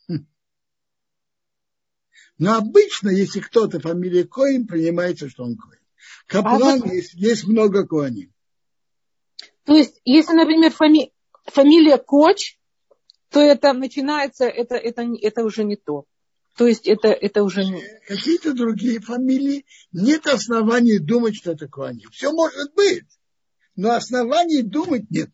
Но обычно, если кто-то фамилия Коэн, принимается, что он Коэн. Каплан есть много Коани. То есть, если, например, фамилия Коч, то это начинается, это уже не то. То есть это уже не... Какие-то другие фамилии, нет оснований думать, что это Коани. Все может быть, но оснований думать нет.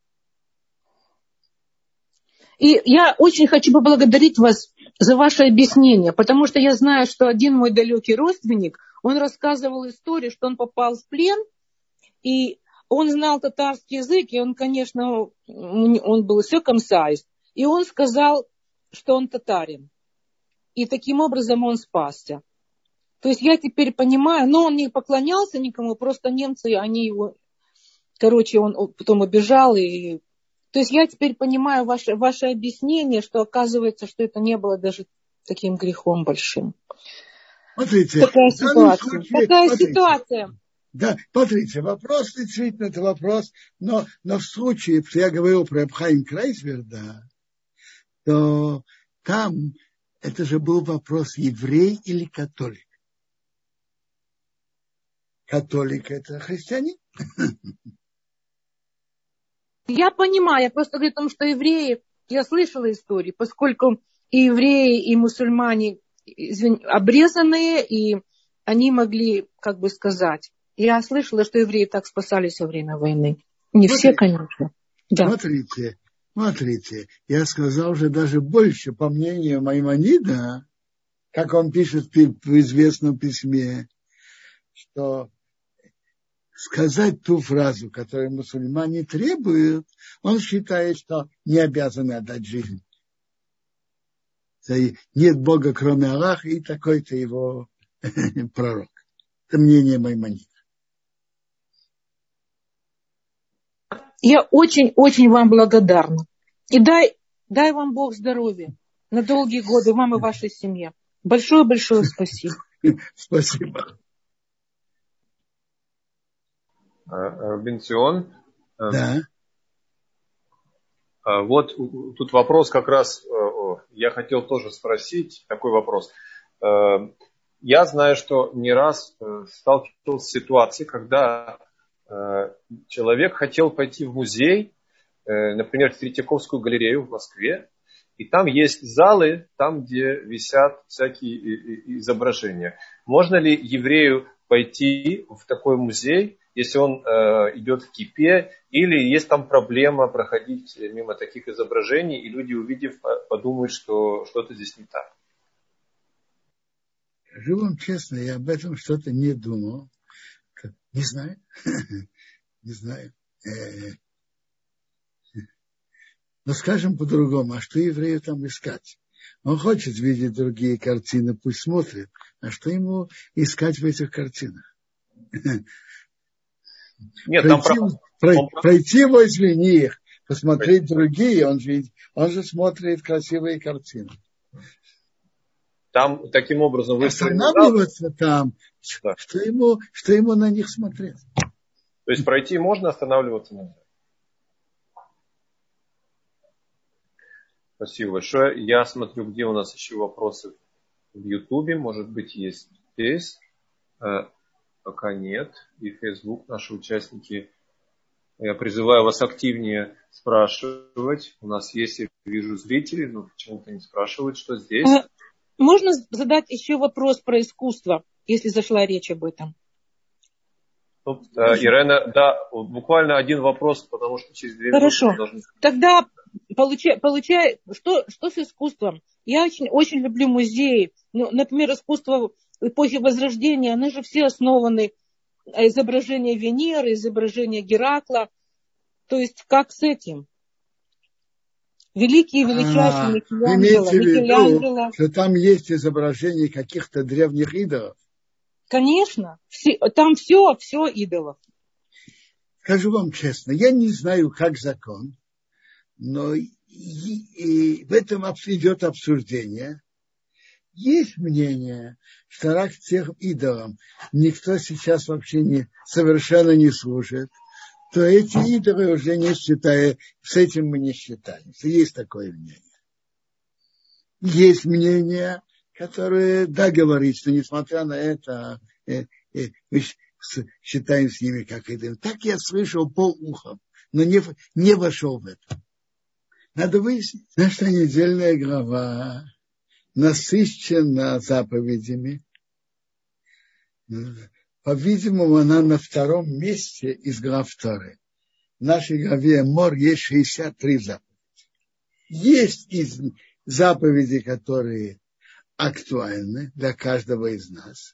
И я очень хочу поблагодарить вас за ваше объяснение, потому что я знаю, что один мой далекий родственник, он рассказывал историю, что он попал в плен, и он знал татарский язык, и он, конечно, он был circumcised, и он сказал, что он татарин. И таким образом он спасся. То есть я теперь понимаю, но он не поклонялся никому, просто немцы, они его, короче, он потом убежал. И... То есть я теперь понимаю ваше объяснение, что оказывается, что это не было даже таким грехом большим. Смотрите, такая ситуация. Ситуация. Да, смотрите, вопрос действительно это вопрос, но в случае, что я говорил про Абхайм Крайсверда, то там это же был вопрос, еврей или католик. Католик – это христианин. Я понимаю, я просто говорю о том, что евреи, я слышала истории, поскольку и евреи, и мусульмане обрезанные, и они могли, как бы сказать, я слышала, что евреи так спасались во время войны. Не все, конечно. Да. Смотрите, я сказал же даже больше, по мнению Маймонида, как он пишет в известном письме, что сказать ту фразу, которую мусульмане требуют, он считает, что не обязаны отдать жизнь. Нет Бога, кроме Аллаха, и такой-то его пророк. Это мнение Маймонида. Я очень-очень вам благодарна. И дай вам Бог здоровья на долгие годы, вам и вашей семье. Большое-большое спасибо. Спасибо. Бенцион. Да. Вот тут вопрос как раз, я хотел тоже спросить, такой вопрос. Я знаю, что не раз сталкивался с ситуацией, когда человек хотел пойти в музей, например, в Третьяковскую галерею в Москве, и там есть залы, там, где висят всякие изображения. Можно ли еврею пойти в такой музей, если он идет в кипе, или есть там проблема проходить мимо таких изображений, и люди, увидев, подумают, что что-то здесь не так? Скажу вам честно, я об этом что-то не думал. Не знаю. Не знаю. Но скажем по-другому, а что еврею там искать? Он хочет видеть другие картины, пусть смотрит. А что ему искать в этих картинах? Нет, пройти возле них, посмотреть другие, он же смотрит красивые картины. Там таким образом останавливаться там, да. что ему на них смотреть? То есть пройти можно, останавливаться нельзя. Спасибо большое. Я смотрю, где у нас еще вопросы в Ютубе. Может быть, есть здесь. Пока нет. И Facebook, наши участники. Я призываю вас активнее спрашивать. У нас есть, я вижу, зрители, но почему-то не спрашивают, что здесь. Можно задать еще вопрос про искусство, если зашла речь об этом? Ирена, да, буквально один вопрос, потому что через 2 минуты Хорошо. мы должны... Тогда получай, что с искусством? Я очень люблю музеи. Ну, например, искусство эпохи Возрождения, они же все основаны изображение Венеры, изображение Геракла. То есть как с этим? Великий и величайший Имейте в виду, Микеланджело. что там есть изображение каких-то древних идолов. Конечно, там все идолов. Скажу вам честно, я не знаю, как закон, но и в этом идет обсуждение. Есть мнение, что рак тех идолам никто сейчас вообще совершенно не служит, то эти идолы уже не считают, с этим мы не считаемся. Есть такое мнение. Есть мнение, которое, да, говорит, что несмотря на это, мы считаем с ними как идолы. Так я слышал полухом, но не вошел в это. Надо выяснить. Наша недельная глава насыщена заповедями. По-видимому, она на 2-м месте из глав Торы. В нашей главе Мор есть 63 заповеди. Есть из заповеди, которые актуальны для каждого из нас.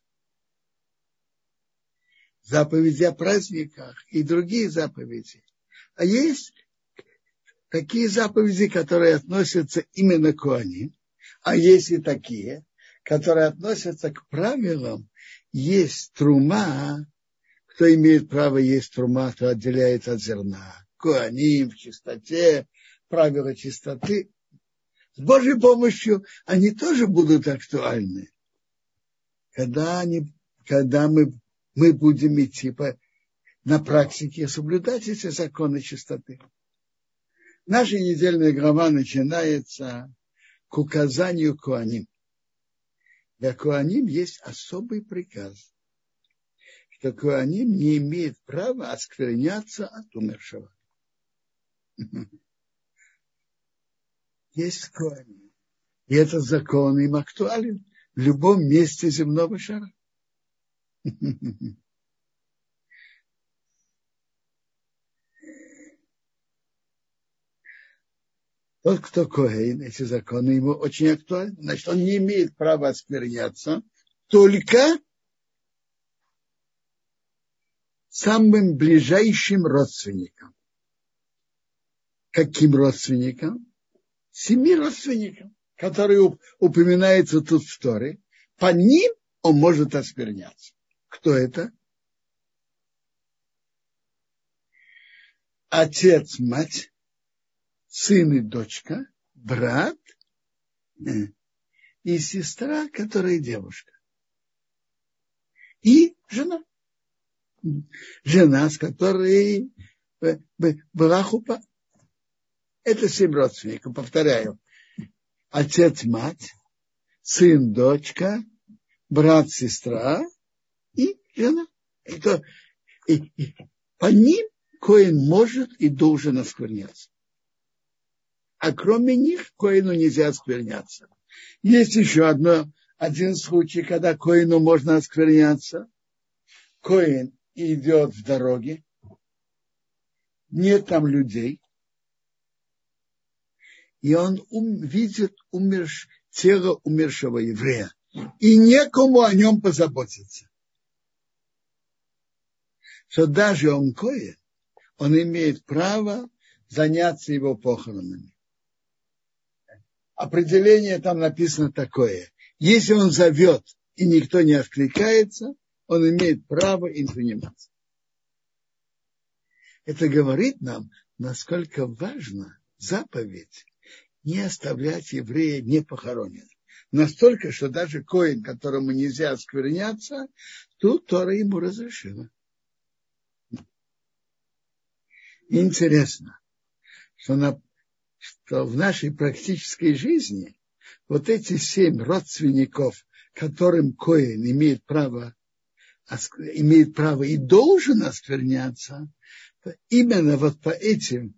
Заповеди о праздниках и другие заповеди. А есть такие заповеди, которые относятся именно к коаним. А есть и такие, которые относятся к правилам. Есть трума, кто имеет право есть трума, кто отделяет от зерна. Коаним в чистоте, правила чистоты. С Божьей помощью они тоже будут актуальны. Когда мы будем идти на практике соблюдать эти законы чистоты. Наша недельная глава начинается к указанию коаним. Для коаним есть особый приказ, что коаним не имеет права оскверняться от умершего. Есть коаним. И этот закон им актуален в любом месте земного шара. Тот, кто коэн, эти законы ему очень актуальны. Значит, он не имеет права оскверняться только самым ближайшим родственникам. Каким родственникам? 7 родственникам, которые упоминаются тут в Торе. По ним он может оскверняться. Кто это? Отец, мать, сын и дочка, брат и сестра, которая девушка. И жена. Жена, с которой была хупа. Это 7 родственников, повторяю. Отец, мать, сын, дочка, брат, сестра и жена. И по ним коэн может и должен оскверняться. А кроме них коэну нельзя оскверняться. Есть еще один случай, когда коэну можно оскверняться. Коэн идет в дороге, нет там людей, и он видит тело умершего еврея, и некому о нем позаботиться. Что даже он коэн, он имеет право заняться его похоронами. Определение там написано такое. Если он зовет, и никто не откликается, он имеет право им заниматься. Это говорит нам, насколько важна заповедь не оставлять еврея непохороненным. Настолько, что даже коэн, которому нельзя оскверняться, тут Тора ему разрешила. Интересно, что в нашей практической жизни вот эти 7 родственников, которым коэн имеет право и должен оскверняться, именно вот по этим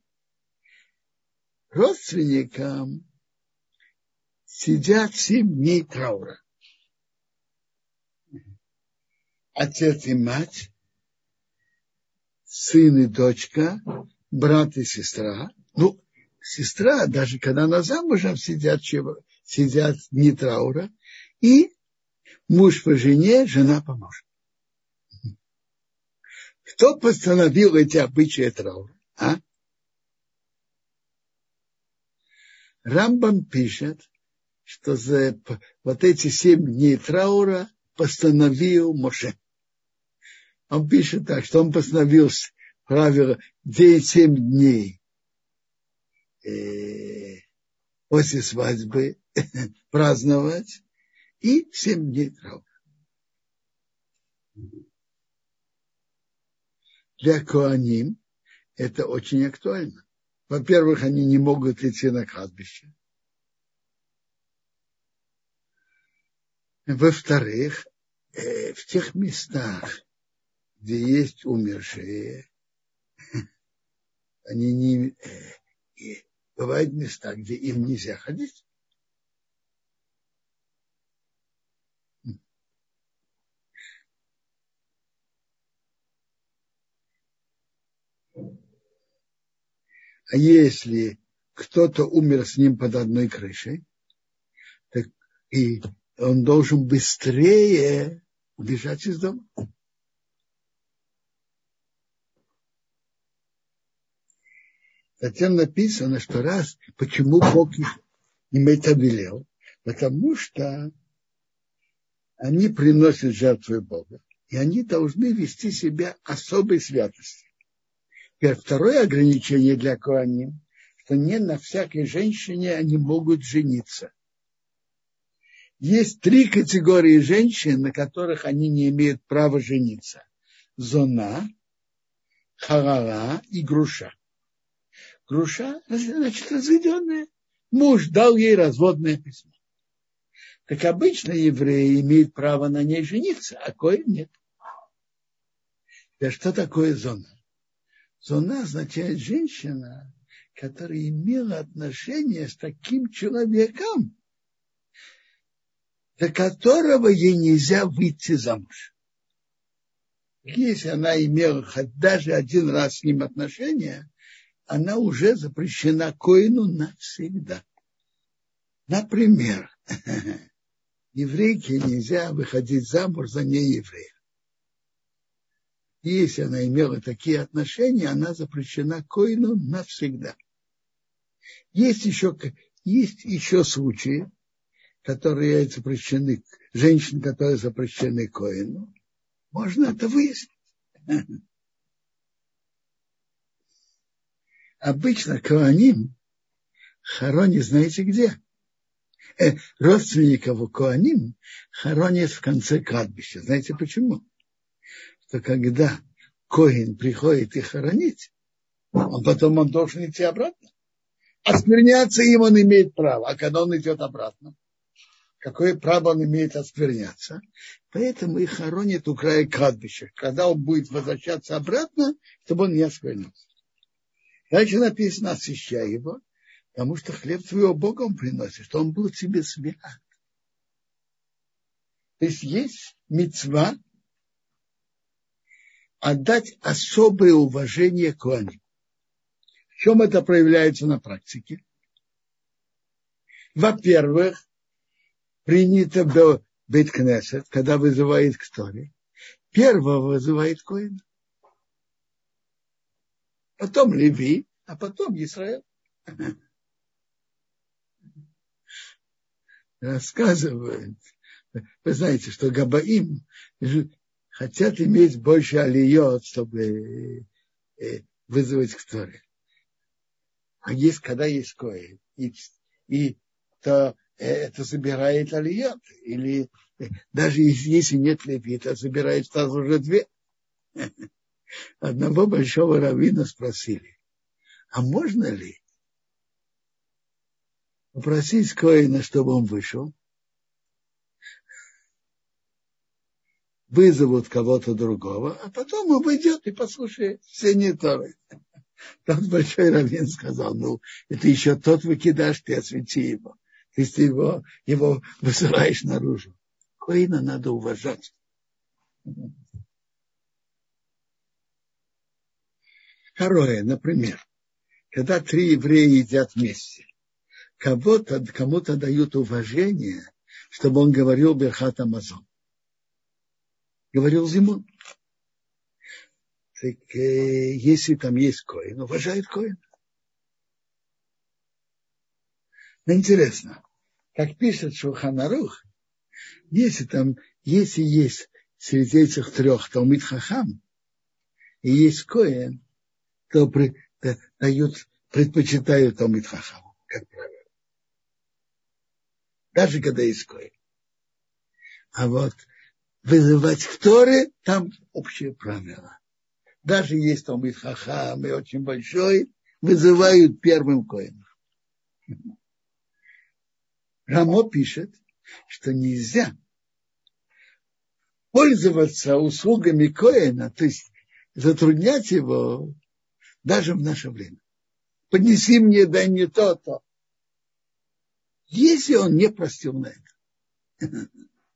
родственникам сидят 7 дней траура. Отец и мать, сын и дочка, брат и сестра. Ну, сестра, даже когда она замужем, сидят дни траура. И муж по жене, жена по мужу. Кто постановил эти обычаи траура? Рамбам пишет, что за вот эти 7 дней траура постановил Моше. Он пишет так, что он постановил правило 7 дней после свадьбы праздновать и 7 дней траура. Для коаним это очень актуально. Во-первых, они не могут идти на кладбище. Во-вторых, в тех местах, где есть умершие, бывают места, где им нельзя ходить. А если кто-то умер с ним под одной крышей, так и он должен быстрее убежать из дома. Затем написано, что почему Бог им это велел? Потому что они приносят жертву Бога, и они должны вести себя особой святостью. Теперь второе ограничение для коаним, что не на всякой женщине они могут жениться. Есть 3 категории женщин, на которых они не имеют права жениться. Зона, харара и груша. Груша, значит, разведенная. Муж дал ей разводное письмо. Так обычно евреи имеют право на ней жениться, а коэн нет. Да что такое зона? Зона означает женщина, которая имела отношение с таким человеком, за которого ей нельзя выйти замуж. Если она имела хоть даже один раз с ним отношения, она уже запрещена коэну навсегда. Например, еврейке нельзя выходить замуж за нееврея. Если она имела такие отношения, она запрещена коэну навсегда. Есть еще случаи, которые запрещены, женщин, которые запрещены коэну. Можно это выяснить. Обычно коаним хоронят, знаете где? Родственников коаним хоронят в конце кладбища. Знаете почему? Что когда коэн приходит их хоронить, потом он должен идти обратно. Оскверняться им он имеет право. А когда он идет обратно, какое право он имеет оскверняться? Поэтому их хоронят у края кладбища. Когда он будет возвращаться обратно, чтобы он не осквернился. Дальше написано: освящай его, потому что хлеб твоего Бога он приносит, что он был тебе свят. То есть мицва отдать особое уважение к коаним. В чем это проявляется на практике? Во-первых, принято в бейт-кнесет, когда вызывает к Торе, первого вызывает коэна. Потом Леви, а потом Израиль. Рассказывают, вы знаете, что Габаим хотят иметь больше алиот, чтобы вызвать к Торе. А когда есть коэн, и то это забирает алиот, или даже если нет Леви, то забирает сразу же 2. Одного большого раввина спросили: А можно ли попросить коэна, чтобы он вышел, вызовут кого-то другого, а потом он выйдет и послушает все не Торы. Тот большой раввин сказал, это еще тот выкидаш, ты освети его. Ты его высылаешь наружу. Коэна надо уважать. Второе, например, когда 3 еврея едят вместе, кому-то дают уважение, чтобы он говорил Берхат Амазон. Говорил Зимон. Так, если там есть коэн, уважает коэн. Но интересно, как пишет Шулхан Арух, если есть среди этих 3 Талмид Хахам и есть коэн, то предпочитают Талмид Хахаму, как правило. Даже когда есть коэн. А вот вызывать к Торе, там общее правило. Даже есть Талмид Хахам и очень большой, вызывают первым коэном. Рамо пишет, что нельзя пользоваться услугами коэна, то есть затруднять его даже в наше время. Поднеси мне, дай мне то-то. Если он не простил на это.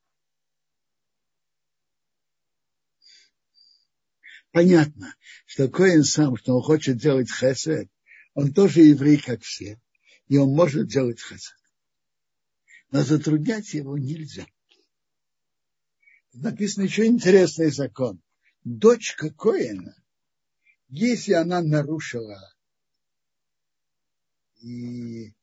Понятно, что коэн сам, что он хочет делать хесед, он тоже еврей, как все, и он может делать хесед. Но затруднять его нельзя. Написано еще интересный закон. Дочка коэна, если она нарушила и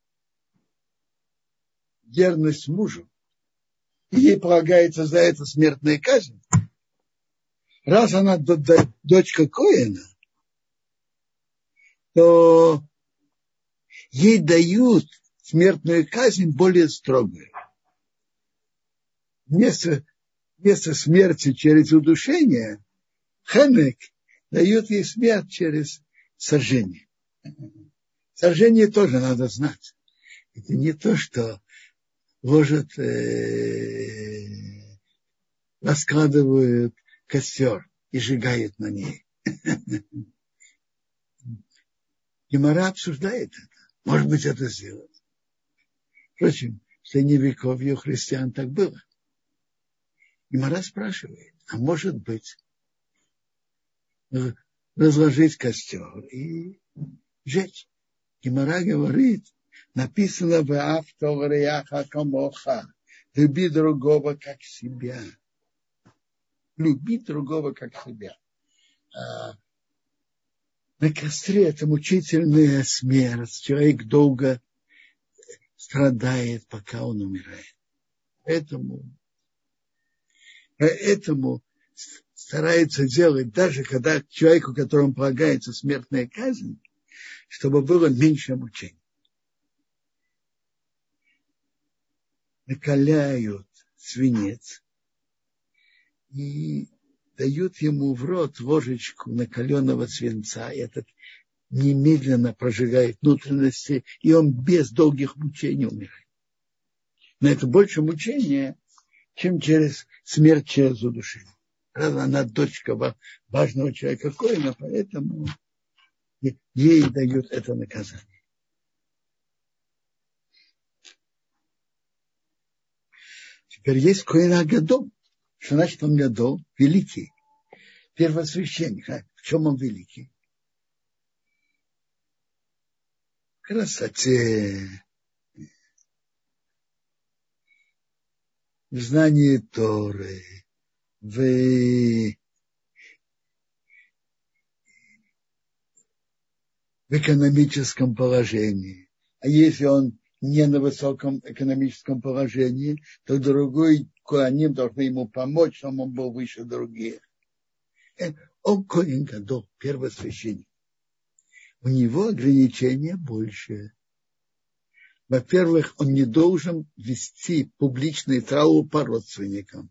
верность мужу, и ей полагается за это смертная казнь, раз она дочка коэна, то ей дают смертную казнь более строгую. Вместо смерти через удушение, хенек дают ей смерть через сожжение. Сожжение тоже надо знать. Это не то, что ложат, раскладывают костер и сжигают на ней. Гемара обсуждает это. Может быть, это сделать. Впрочем, в средневековье у христиан так было. Гемара спрашивает, а может быть, разложить костер и сжечь? Гемара говорит, написано в автоварияха камоха, люби другого как себя. Любить другого как себя. На костре это мучительная смерть. Человек долго страдает, пока он умирает. Поэтому старается делать, даже когда человеку, которому полагается смертная казнь, чтобы было меньше мучений. Накаляют свинец и дают ему в рот ложечку накаленного свинца, и этот немедленно прожигает внутренности, и он без долгих мучений умирает. Но это больше мучения, чем смерть через удушение. Правда, она дочка важного человека коэна, поэтому ей дают это наказание. Теперь есть коэн агадол. Что значит он гадол? Великий. Первосвященник. В чем он великий? В красоте, в знании Торы, в экономическом положении. А если он не на высоком экономическом положении, то другой коаним должны ему помочь, чтобы он был выше других. Он коэн гадол, первосвященник. У него ограничения больше. Во-первых, он не должен вести публичный траур по родственникам.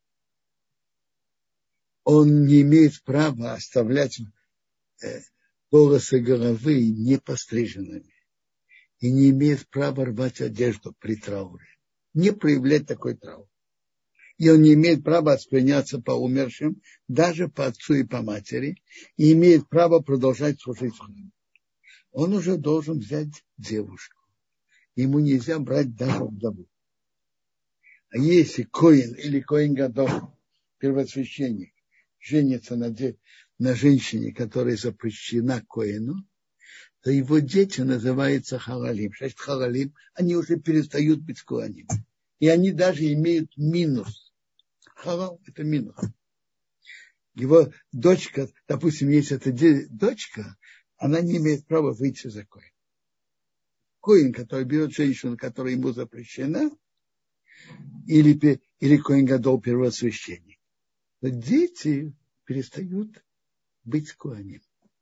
Он не имеет права оставлять волосы головы не постриженными и не имеет права рвать одежду при трауре, не проявлять такой траур. И он не имеет права отсклоняться по умершим, даже по отцу и по матери, и имеет право продолжать служить в храме. Он уже должен взять девушку. Ему нельзя брать даже вдову. А если коэн или коэн гадол, первосвященник, женится на женщине, которая запрещена коэну, то его дети называются халалим. Значит, халалим, они уже перестают быть коэним. И они даже имеют минус. Халал – это минус. Его дочка, допустим, если это дочка, она не имеет права выйти за коэн. Коэн, который берет женщину, которая ему запрещена, или коэн гадол, первосвященник. Но дети перестают быть коэним.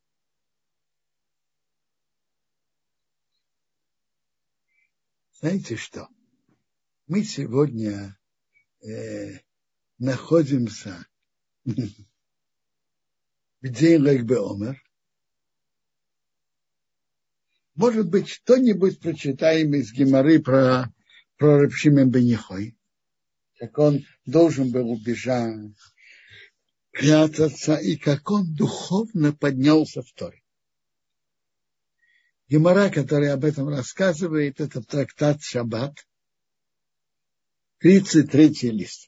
Знаете что? Мы сегодня находимся в день Лег бе-Омер. Может быть, что-нибудь прочитаем из Гемары про Реб Шимон бен Йохай, как он должен был убежать, прятаться, и как он духовно поднялся в Торе. Гемара, которая об этом рассказывает, это трактат Шаббат, 33-й лист.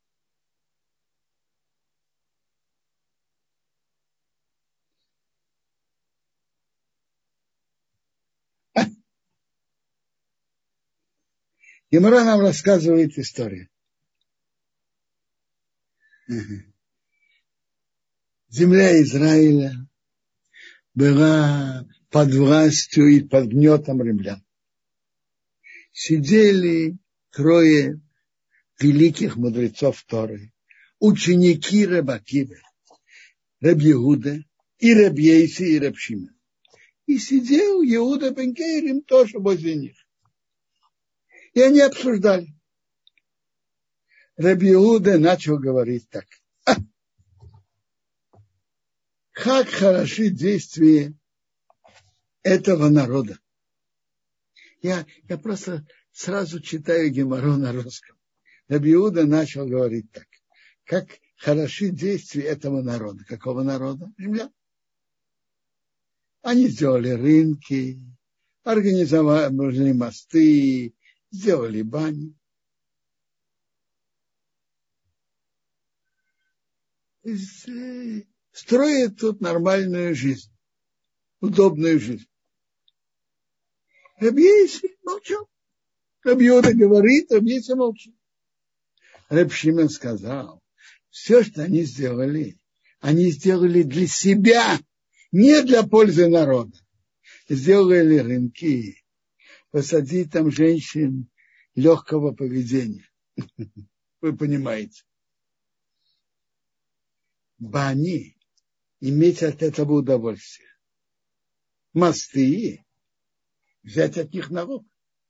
Гемара нам рассказывает историю. Земля Израиля была под властью и под гнетом римлян. Сидели трое великих мудрецов Торы, ученики Ребе Акивы, Реб Иуда, и Реб Йейси, и Реб Шимон. И сидел Иуда бен Гейрим тоже возле них. И они обсуждали. Реб Иуда начал говорить так. Как хороши действия этого народа. Я просто сразу читаю Гемару на русском. Реб Иуда начал говорить так. Как хороши действия этого народа. Какого народа? Римлян. Они сделали рынки, организовали мосты, сделали бани. Строят тут нормальную жизнь, удобную жизнь. Реб Йейси молчал. Реб Иуда говорит, Реб Йейси молчит. Реб Шимон сказал, все, что они сделали для себя, не для пользы народа. Сделали рынки, посадить там женщин легкого поведения. Вы понимаете. Бани, иметь от этого удовольствие. Мосты, взять от них налог.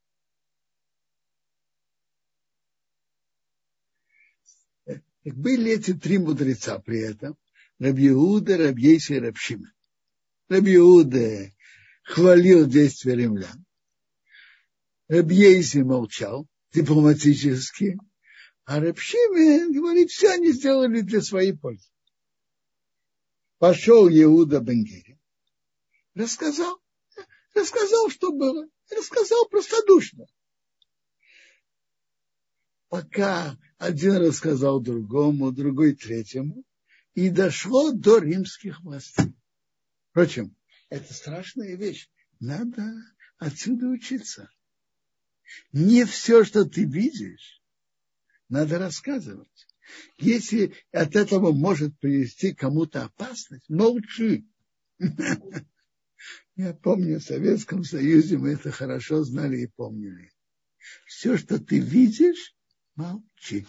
Были эти три мудреца при этом. Реб Иуда, Реб Йейси и Реб Шимон. Реб Иуда хвалил действия римлян. Реб Йейси молчал дипломатически. А Реб Шимон говорит, все они сделали для своей пользы. Пошел Иуда бен Гейрим. Рассказал, что было. Рассказал простодушно. Пока один рассказал другому, другой третьему, и дошло до римских властей. Впрочем, это страшная вещь. Надо отсюда учиться. Не все, что ты видишь, надо рассказывать. Если от этого может привести кому-то опасность, молчи. Я помню, в Советском Союзе мы это хорошо знали и помнили. Все, что ты видишь, молчи.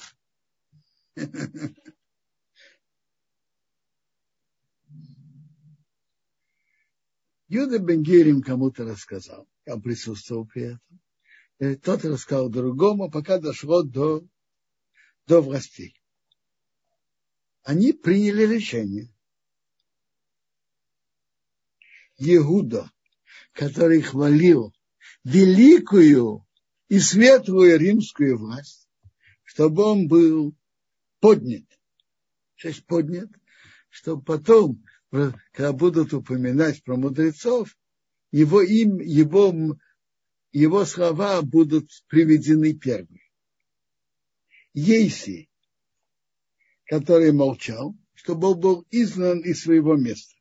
Иуда бен Гейрим кому-то рассказал. Я присутствовал при этом. Тот рассказал другому, пока дошло до властей. Они приняли решение. Иуда, который хвалил великую и светлую римскую власть, чтобы он был поднят. Сейчас поднят, чтобы потом, когда будут упоминать про мудрецов, его слова будут приведены первыми. Ейси, который молчал, чтобы он был изгнан из своего места.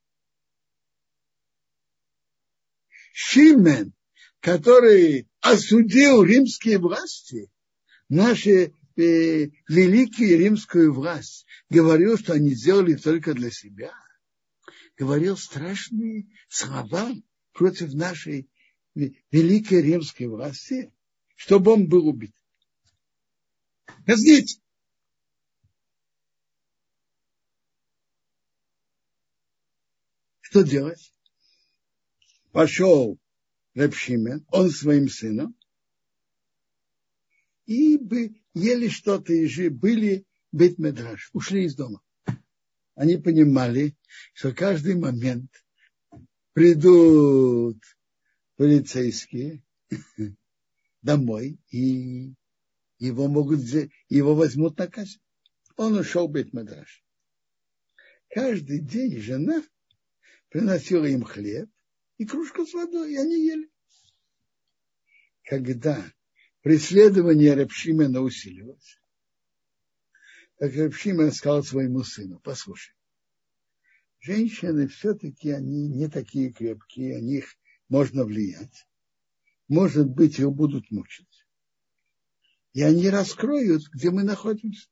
Шимен, который осудил римские власти, наши великие римскую власть, говорил, что они сделали только для себя, говорил страшные слова против нашей великой римской власти, чтобы он был убит. Казните! Что делать? Пошел раб Шимон, он своим сыном, и ели что-то, и были бейт-медраш, ушли из дома. Они понимали, что каждый момент придут полицейские домой, и его возьмут на казнь. Он ушел в бейт-медраш. Каждый день жена приносила им хлеб и кружку с водой, и они ели. Когда преследование раб Шимона усилилось, так раб Шимон сказал своему сыну: послушай, женщины все-таки они не такие крепкие, на них можно влиять. Может быть, их будут мучить. И они раскроют, где мы находимся.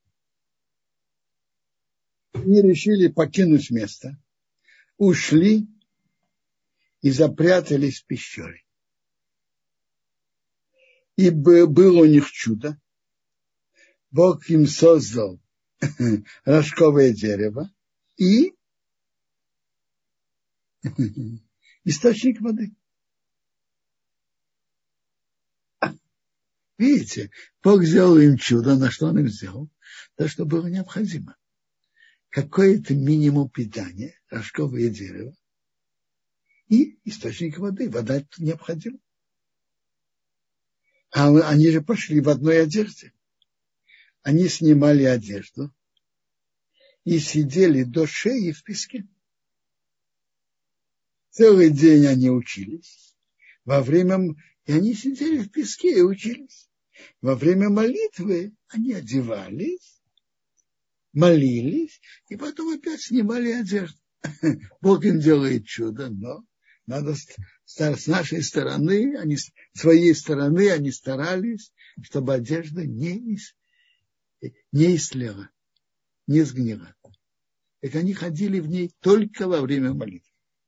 Они решили покинуть место, ушли и запрятались в пещере. И было у них чудо. Бог им создал рожковое дерево и источник воды. Видите, Бог сделал им чудо. На что он им сделал? То, что было необходимо. Какой-то минимум питания, рожковое дерево и источник воды. Вода необходима. А они же пошли в одной одежде. Они снимали одежду и сидели до шеи в песке. Целый день они учились. И они сидели в песке и учились. Во время молитвы они одевались, молились, и потом опять снимали одежду. Бог им делает чудо, но надо с нашей стороны, с своей стороны они старались, чтобы одежда не истлела, не сгнила. Так они ходили в ней только во время молитвы.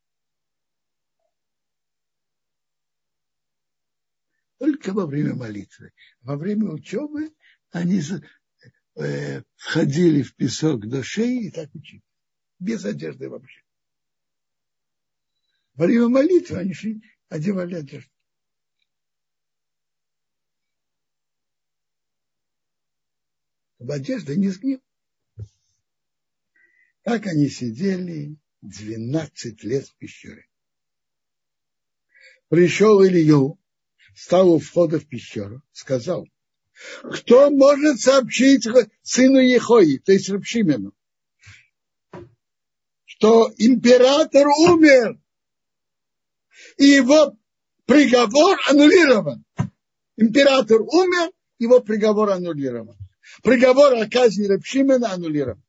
Только во время молитвы. Во время учебы они входили в песок до шеи и так учили. Без одежды вообще. Во время молитвы они шли, одевали одежду. Чтобы одежда не сгнила. Так они сидели 12 лет в пещере. Пришел Илью, стал у входа в пещеру, сказал: кто может сообщить сыну Ехои, то есть раб Шимону, что император умер, и его приговор аннулирован. Император умер, его приговор аннулирован. Приговор о казни раб Шимона аннулирован.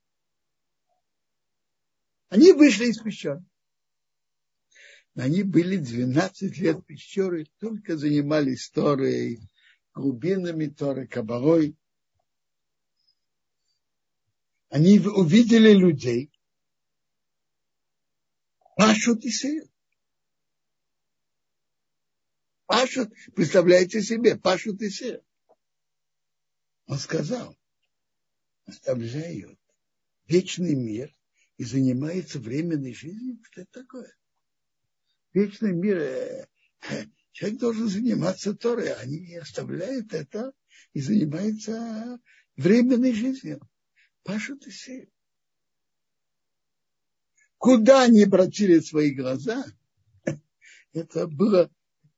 Они вышли из пещеры. Они были 12 лет в пещере, только занимались Торой, глубинами Торы, кабалой. Они увидели людей, пашут и сеют. Пашут, представляете себе, пашут и сеют. Он сказал: оставляют вечный мир и занимаются временной жизнью. Что это такое? Вечный мир, человек должен заниматься Торой, они оставляют это и занимаются временной жизнью. Пашут и сеют. Куда они обратили свои глаза, это было,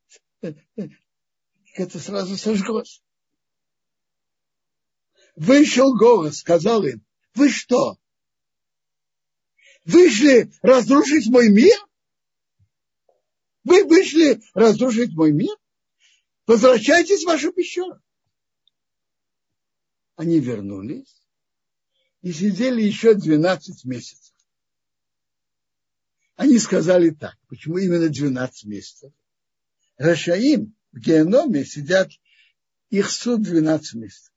это сразу сожглось. Вышел голос, сказал им: вы что, вышли разрушить мой мир? Вы вышли разрушить мой мир? Возвращайтесь в вашу пещеру. Они вернулись и сидели еще 12 месяцев. Они сказали так: почему именно 12 месяцев? Рашаим в геноме сидят, их суд 12 месяцев.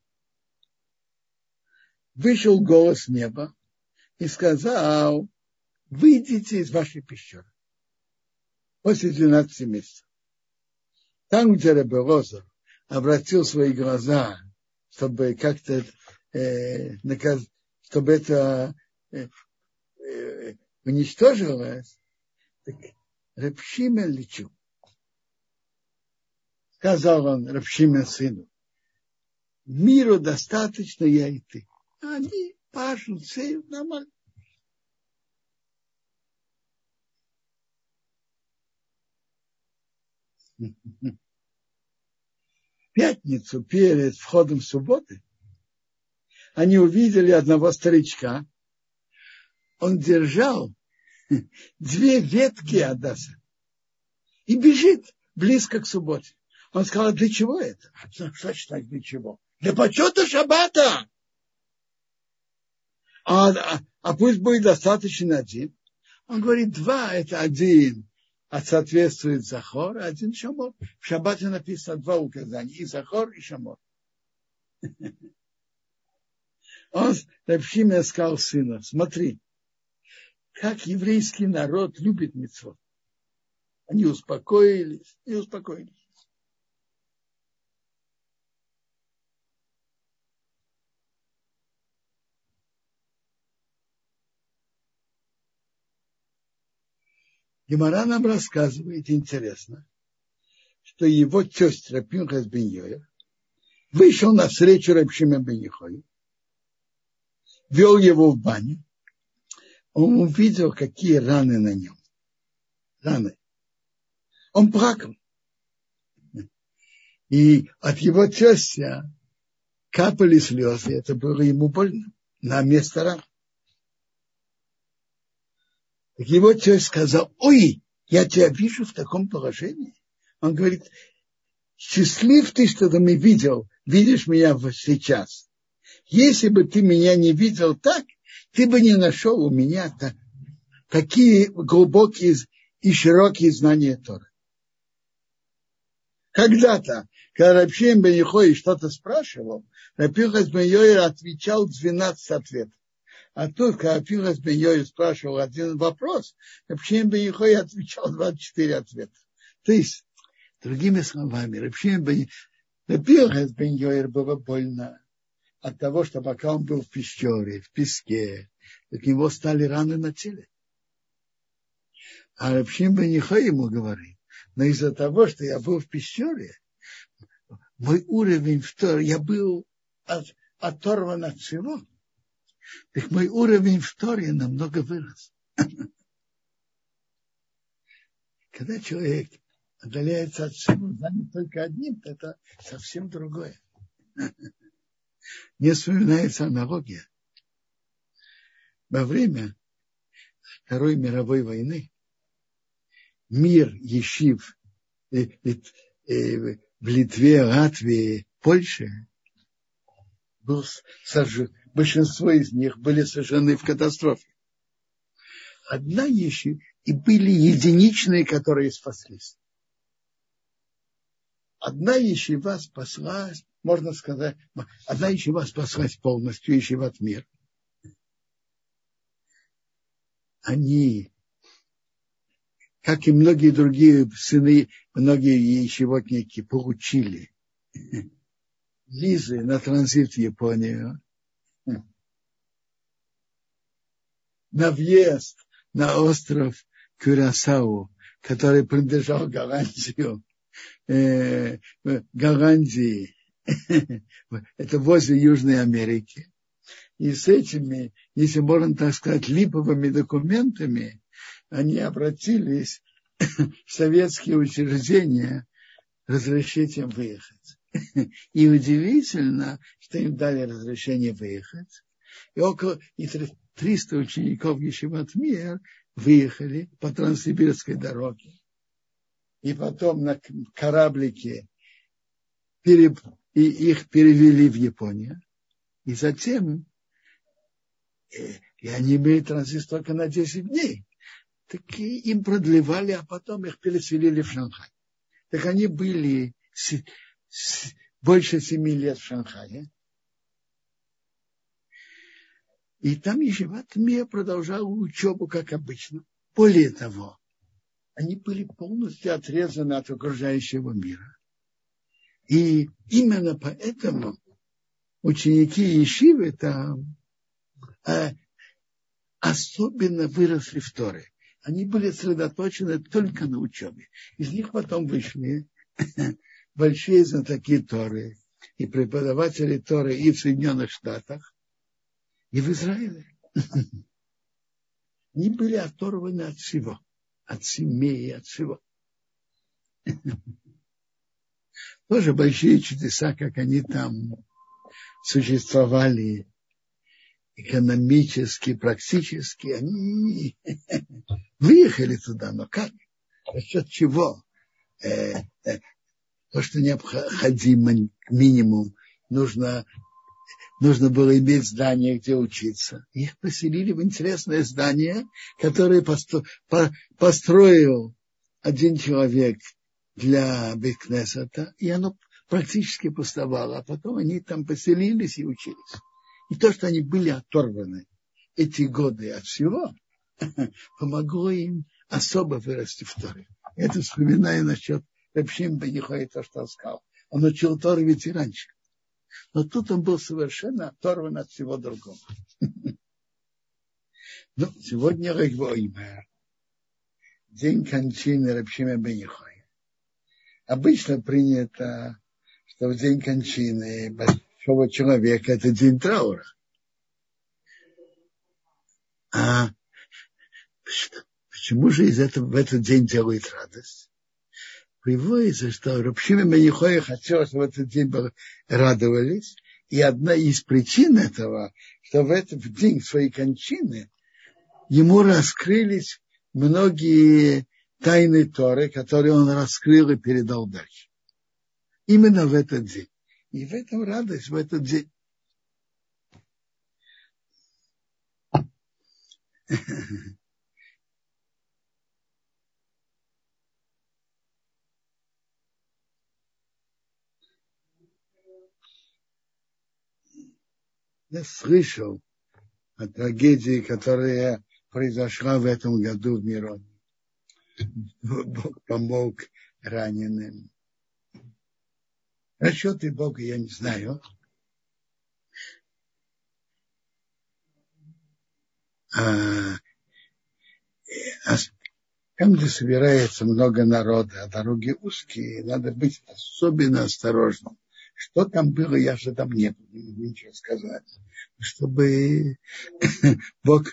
Вышел голос неба и сказал: выйдите из вашей пещеры после 12 месяцев. Там, где Ребе Лозер обратил свои глаза, чтобы как-то чтобы это уничтожилось, так Реб Шимон лечу. Сказал он Реб Шимон сыну: миру достаточно я и ты. Они пашут, сеют нормально. В пятницу перед входом субботы они увидели одного старичка. Он держал 2 ветки адаса и бежит близко к субботе. Он сказал: для чего это? Что значит для чего? Для почета шаббата. А пусть будет достаточно 1. Он говорит: 2 это 1, соответствует захор, 1 шамор. В шаббате написано 2 указания: и захор, и шамор. Он, Реб Шимон, сказал сыну: смотри, как еврейский народ любит мицвот. Они успокоились и успокоились. Гемара нам рассказывает, интересно, что его тесть Рав Пинхас бен Йоер вышел навстречу Рав Шимону бен Йохаю, вел его в баню. Он увидел, какие раны на нем. Раны. Он плакал. И от его тестя капали слезы. Это было ему больно. На место ран. Так его тесть сказал: ой, я тебя вижу в таком положении. Он говорит: счастлив ты, что ты меня видишь меня сейчас. Если бы ты меня не видел так, ты бы не нашел у меня такие глубокие и широкие знания Торы. Когда-то, когда Рав Шимон бен Йохай что-то спрашивал, Рав Пинхас бен Йоер отвечал 12 ответов. А тут, когда Рав Пинхас бен Йоер спрашивал 1 вопрос, Рав Шимон бен Йохай отвечал 24 ответа. То есть, другими словами, Рав Пинхас бен Йоер было больно от того, что пока он был в пещере, в песке, так у него стали раны на теле. А Рав Шимон бен Йохай ему говорит: но из-за того, что я был в пещере, мой уровень в Торе, я был оторван от всего, так мой уровень в Торе намного вырос. Когда человек отдаляется от всего, занят только одним, это совсем другое. Мне вспоминается аналогия. Во время Второй мировой войны мир ешив в Литве, Латвии, Польше был сожжен. Большинство из них были сожжены в катастрофе. Одна ешив, и были единичные, которые спаслись. Одна ешива спаслась, можно сказать, одна ешива спаслась полностью, ешиват мир. Они, как и многие другие сыны, многие ешивотники получили визы на транзит в Японию, на въезд на остров Кюрасау, который принадлежал Голландии. Это возле Южной Америки. И с этими, если можно так сказать, липовыми документами, они обратились советские учреждения разрешить им выехать. И удивительно, что им дали разрешение выехать. И около 300 учеников Ешиват Мир выехали по Транссибирской дороге. И потом на кораблике и их перевели в Японию. И затем и они были в транзите только на 10 дней. Так им продлевали, а потом их переселили в Шанхай. Так они были больше 7 лет в Шанхае. И там Ешиват Мир продолжал учебу, как обычно. Более того, они были полностью отрезаны от окружающего мира. И именно поэтому ученики Ешивы там особенно выросли в Торе. Они были сосредоточены только на учебе. Из них потом вышли большие знатоки Торы и преподаватели Торы и в Соединенных Штатах, и в Израиле. Они были оторваны от всего, от семьи, от всего. Тоже большие чудеса, как они там существовали экономически, практически. Они выехали туда, но как? За счет чего? То, что необходимо минимум, нужно было иметь здание, где учиться. Их поселили в интересное здание, которое построил один человек для Бейт-Кнесета, и оно практически пустовало. А потом они там поселились и учились. И то, что они были оторваны эти годы от всего, помогло им особо вырасти в Торе. Это вспоминаю насчет Реб Шимон бен Йохай, то, что он сказал. Он учил Тору ведь и раньше. Но тут он был совершенно оторван от всего другого. Ну, сегодня день кончины Реб Шимона бен Йохая. Обычно принято, что в день кончины большого человека это день траура. А почему же в этот день делают радость? Приводится, что Реб Шимон бен Йохай хотел, чтобы в этот день радовались. И одна из причин этого, что в этот день своей кончины ему раскрылись многие тайны Торы, которые он раскрыл и передал дальше. Именно в этот день. И в этом радость, в этот день. Я слышал о трагедии, которая произошла в этом году в Мироне. Бог помог раненым. Расчеты Бога я не знаю. Там, где собирается много народа, а дороги узкие, надо быть особенно осторожным. Что там было, я же там не был, не могу ничего сказать. Чтобы Бог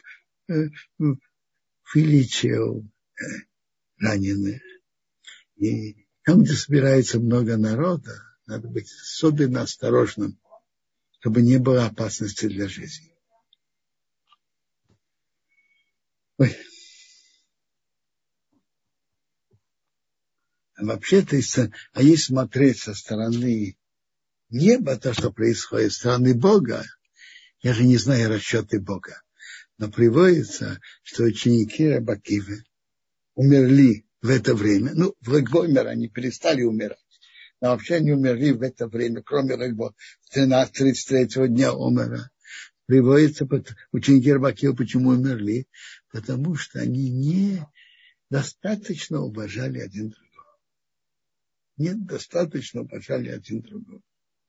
вылечил раненых. И там, где собирается много народа, надо быть особенно осторожным, чтобы не было опасности для жизни. Ой. А вообще-то, если смотреть со стороны неба, то, что происходит, со стороны Бога, я же не знаю расчеты Бога, но приводится, что ученики Рабби Акивы умерли в это время. Ну, в Лег-Боймер они перестали умирать. Но вообще они умерли в это время, кроме Лег-Боймера, 33-го дня умера. Приводится, ученики Рабби Акивы почему умерли? Потому что они не достаточно уважали один другого. Недостаточно уважали один другого.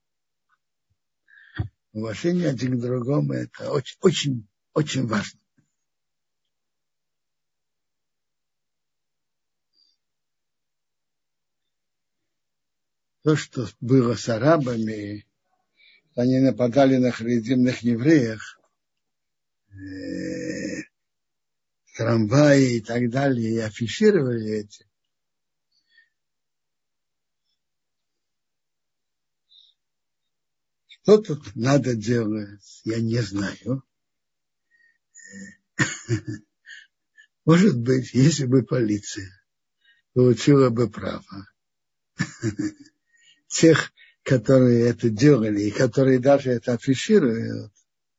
Уважение один к другому – это очень, очень, очень важно. То, что было с арабами, они нападали на харидимных евреев, трамваи и так далее, и афишировали эти. Что тут надо делать, я не знаю. Может быть, если бы полиция получила бы право тех, которые это делали, и которые даже это афишируют,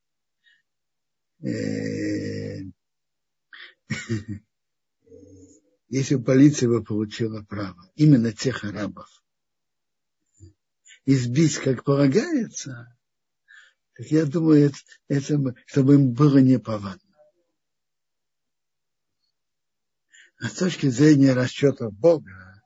если бы полиция бы получила право именно тех арабов избить, как полагается, так я думаю, это чтобы им было неповадно. А с точки зрения расчетов Бога,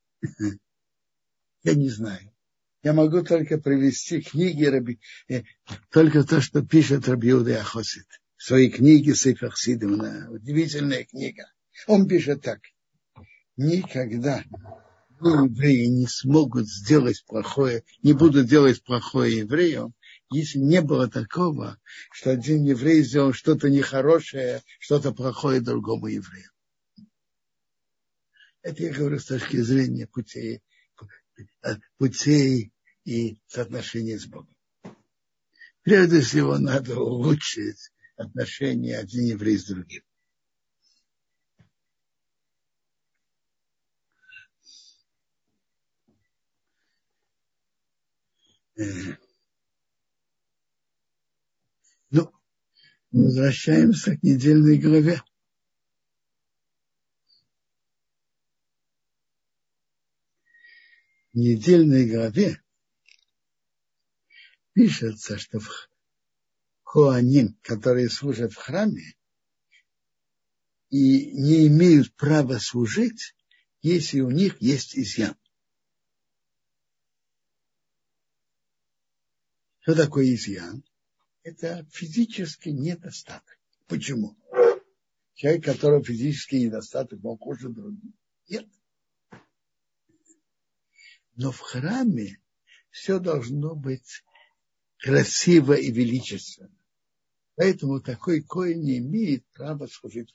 я не знаю. Я могу только привести книги только то, что пишет Раби Иуда Ахосид. В своей книге Сефер Хасидим, удивительная книга. Он пишет так. Никогда евреи не смогут сделать плохое, не будут делать плохое евреям, если не было такого, что один еврей сделал что-то нехорошее, что-то плохое другому еврею. Это я говорю с точки зрения путей и соотношения с Богом. Прежде всего, надо улучшить отношения один еврей с другим. Ну, возвращаемся к недельной главе. В недельной главе пишется, что коаним, которые служат в храме, и не имеют права служить, если у них есть изъян. Что такое изъян? Это физический недостаток. Почему? Человек, у которого физический недостаток, он хуже других. Нет. Но в храме все должно быть красиво и величественно. Поэтому такой коэн не имеет права служить.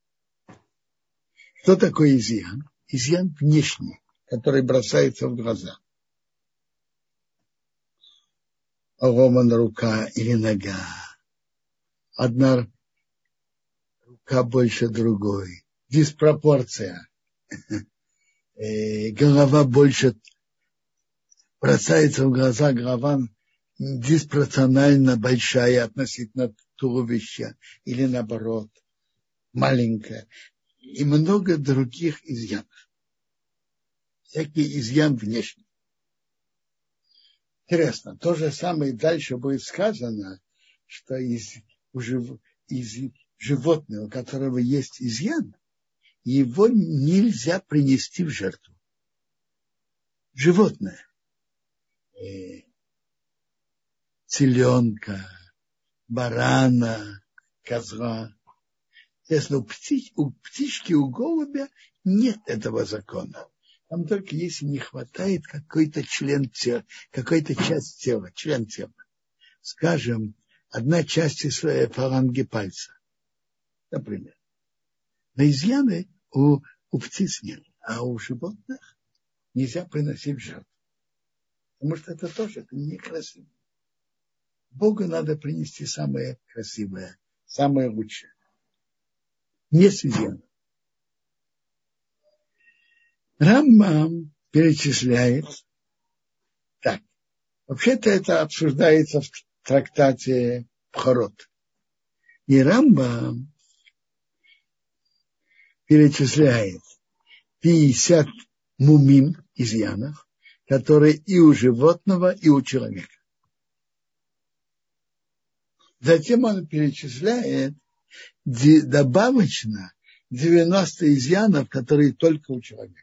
Что такое изъян? Изъян внешний, который бросается в глаза. Ломана рука или нога. Одна рука больше другой. Диспропорция. Голова больше бросается в глаза, голова диспропорционально большая относительно туловища или наоборот маленькая. И много других изъянов. Всякий изъян внешний. Интересно, то же самое дальше будет сказано, что из животного, у которого есть изъян, его нельзя принести в жертву. Животное. Теленка, барана, козла. Если у птички, у голубя нет этого закона. Там только если не хватает какой-то член тела, какой-то часть тела, член тела. Скажем, одна часть из фаланги пальца, например. Но изъяны у птиц нет, а у животных нельзя приносить в жертву. Потому что это тоже некрасиво. Богу надо принести самое красивое, самое лучшее. Не с изъяном. Рамбам перечисляет так. Вообще-то это обсуждается в трактате Пхарот. И Рамбам перечисляет 50 мумим, изъянов, которые и у животного, и у человека. Затем он перечисляет добавочно 90 изъянов, которые только у человека.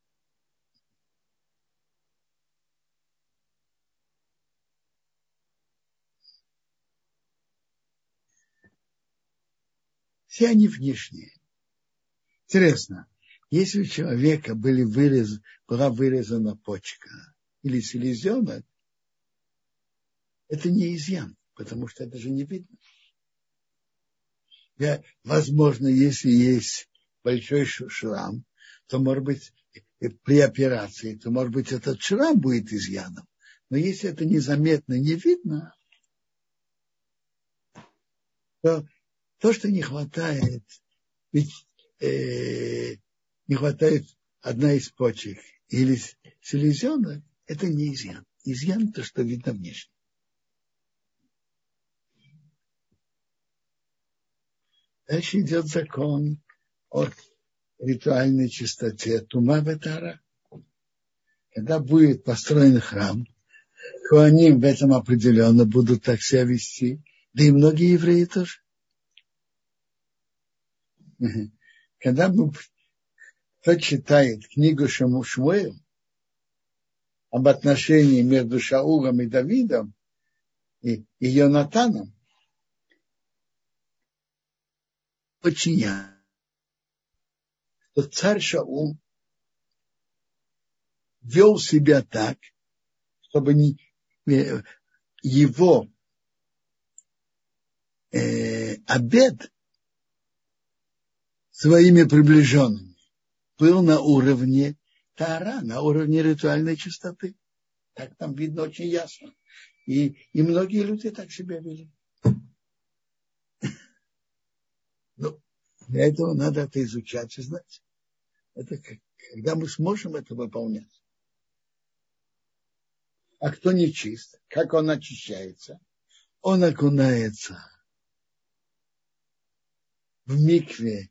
Все они внешние. Интересно, если у человека была вырезана почка или селезенок, это не изъян, потому что это же не видно. Возможно, если есть большой шрам, то, может быть, при операции, то, может быть, этот шрам будет изъяном. Но если это незаметно, не видно, то, что не хватает, ведь не хватает одна из почек или селезенок, это не изъян. Изъян – то, что видно внешне. Дальше идет закон о ритуальной чистоте тума ветара. Когда будет построен храм, коаним в этом определенно будут так себя вести, да и многие евреи тоже. Когда кто читает книгу Шмуэля об отношении между Шаулом и Давидом и Йонатаном, очень ясно, что царь Шаул вел себя так, чтобы его обет своими приближенными был на уровне Таара, на уровне ритуальной чистоты. Так там видно очень ясно. И многие люди так себя вели. Ну, для этого надо это изучать и знать. Это когда мы сможем это выполнять. А кто не чист, как он очищается? Он окунается в микве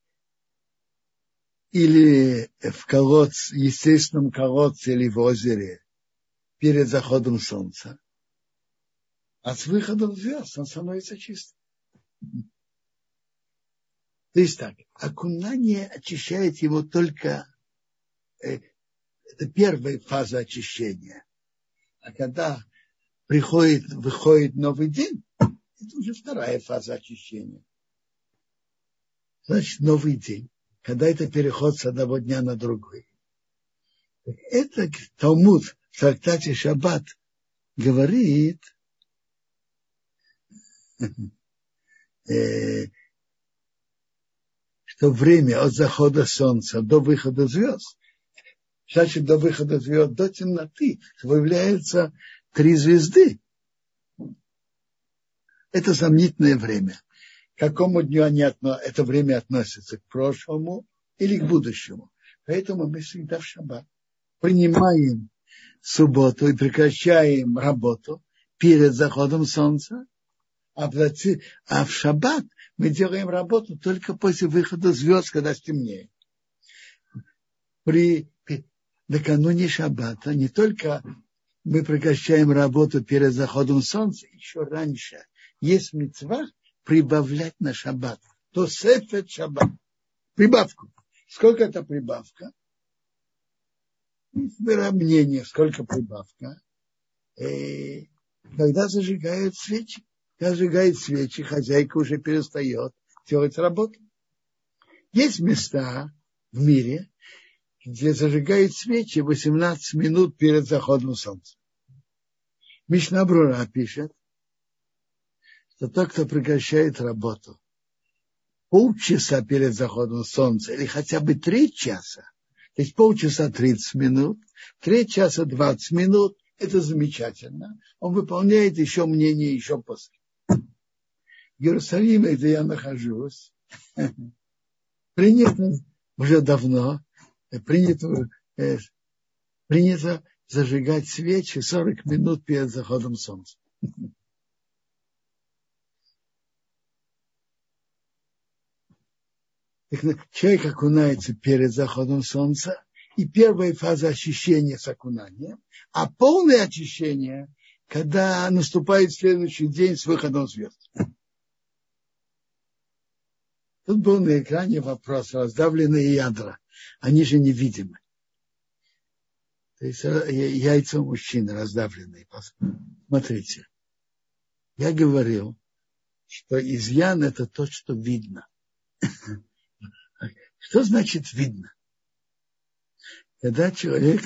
или в колодце, естественном колодце или в озере перед заходом солнца. А с выходом звезд он становится чистым. То есть так, окунание очищает его только, это первая фаза очищения. А когда выходит новый день, это уже вторая фаза очищения. Значит, новый день, когда это переход с одного дня на другой. Это Талмуд в трактате Шаббат говорит, что время от захода солнца до выхода звезд, значит, до выхода звезд, до темноты, появляются 3 звезды. Это сомнительное время. К какому дню это время относится? К прошлому или к будущему? Поэтому мы всегда в шаббат принимаем субботу и прекращаем работу перед заходом солнца, а в шаббат мы делаем работу только после выхода звезд, когда стемнеет. Накануне шаббата не только мы прекращаем работу перед заходом солнца, еще раньше есть мицва прибавлять на шаббат. То сефет шаббат. Прибавку. Сколько это прибавка? Мнение, сколько прибавка. Когда зажигают свечи. Когда зажигают свечи, хозяйка уже перестает делать работу. Есть места в мире, где зажигают свечи 18 минут перед заходом солнца. Мишна Брура пишет, что тот, кто прекращает работу полчаса перед заходом солнца или хотя бы 3 часа, то есть полчаса 30 минут, 3 часа 20 минут, это замечательно. Он выполняет еще мнение, еще после. В Иерусалиме, где я нахожусь, принято уже давно, принято зажигать свечи 40 минут перед заходом солнца. Человек окунается перед заходом солнца, и первая фаза очищения с окунанием, а полное очищение, когда наступает следующий день с выходом звезд. Тут был на экране вопрос: раздавленные ядра, они же невидимы. То есть яйца у мужчины раздавленные. Смотрите, я говорил, что изъян – это то, что видно. Что значит видно? Когда человек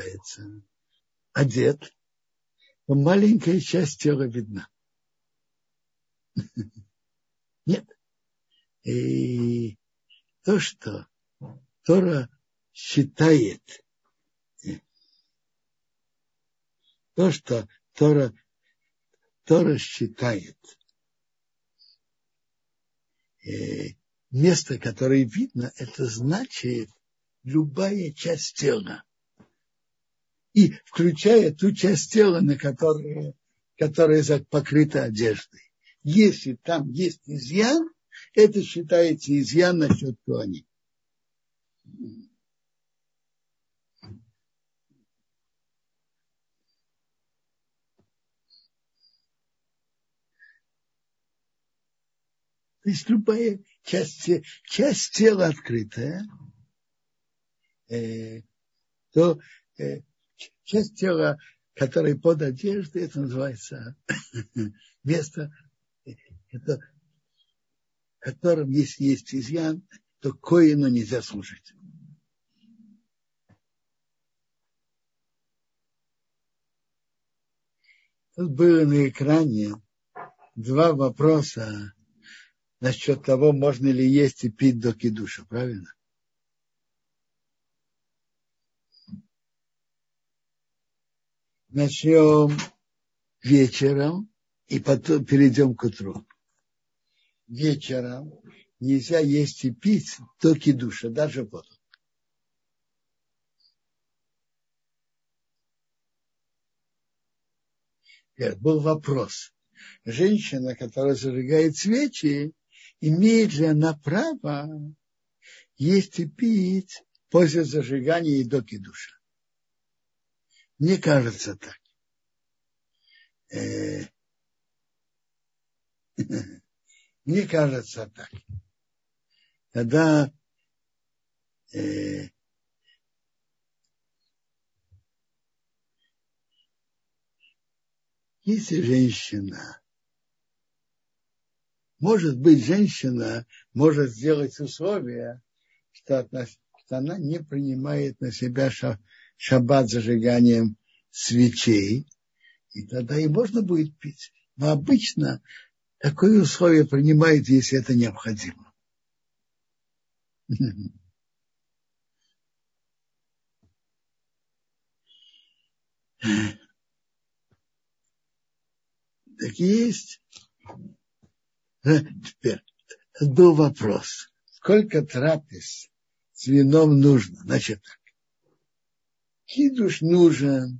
одет, то маленькая часть тела видна. Нет. И то, что Тора считает То, что Тора считает место, которое видно, это значит любая часть тела. И включая ту часть тела, которая покрыта одеждой. Если там есть изъян, это считается изъян насчет коаним. То есть любая часть тела открытая, то часть тела, которая под одеждой, это называется место, в котором, если есть изъян, то коину нельзя служить. Тут было на экране два вопроса насчет того, можно ли есть и пить до кидуша, правильно? Начнем вечером и потом перейдем к утру. Вечером нельзя есть и пить до кидуша, даже воду. Был вопрос. Женщина, которая зажигает свечи, имеет ли она право есть и пить после зажигания и до кидуша? Мне кажется так. Мне кажется так. Когда если женщина, может быть, женщина может сделать условия, что она не принимает на себя шаббат зажиганием свечей, и тогда и можно будет пить. Но обычно такое условие принимают, если это необходимо. Так есть. Теперь был вопрос. Сколько трапез с вином нужно? Значит так. Кидуш нужен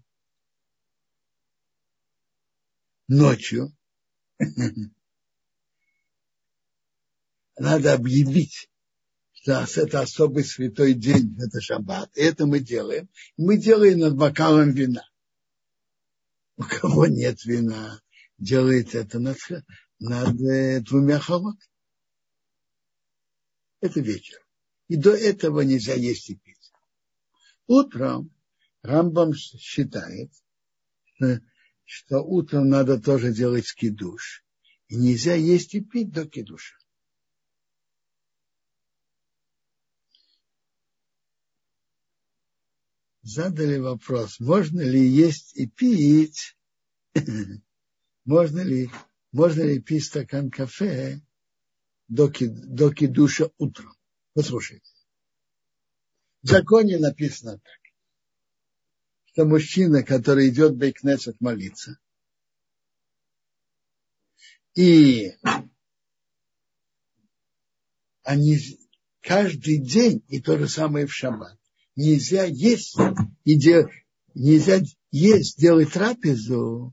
ночью. Надо объявить, что это особый святой день, это шаббат. Это мы делаем. Мы делаем над бокалом вина. У кого нет вина, делает это над двумя халот. Это вечер. И до этого нельзя есть и пить. Утром Рамбам считает, что утром надо тоже делать кидуш. И нельзя есть и пить до кидуша. Задали вопрос, можно ли есть и пить, можно ли пить стакан кафе до кидуша утром. Послушайте. В законе написано так, что мужчина, который идет в бейт-кнесет молиться, и они каждый день, и то же самое в шаббат, нельзя есть делать трапезу.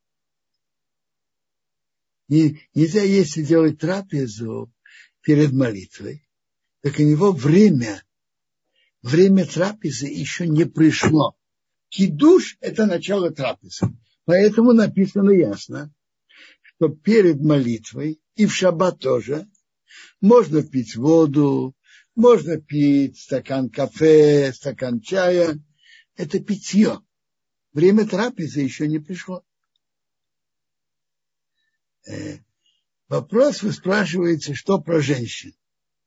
Нельзя есть и делать трапезу перед молитвой. Так у него время трапезы еще не пришло. Кидуш – это начало трапезы. Поэтому написано ясно, что перед молитвой и в шаббат тоже можно пить воду, можно пить стакан кафе, стакан чая. Это питье. Время трапезы еще не пришло. Вопрос вы спрашиваете, что про женщин.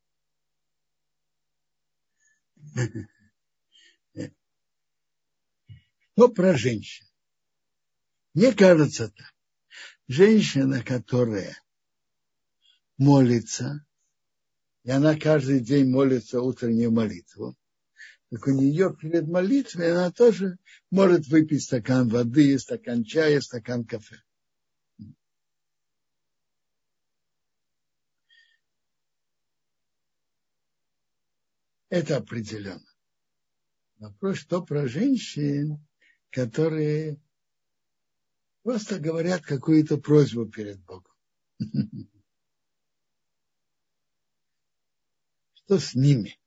Что про женщин? Мне кажется так. Женщина, которая молится, и она каждый день молится утреннюю молитву, Так у нее перед молитвой она тоже может выпить стакан воды, стакан чая, стакан кафе. Это определенно. Вопрос, что про женщин, которые просто говорят какую-то просьбу перед Богом. Что с ними?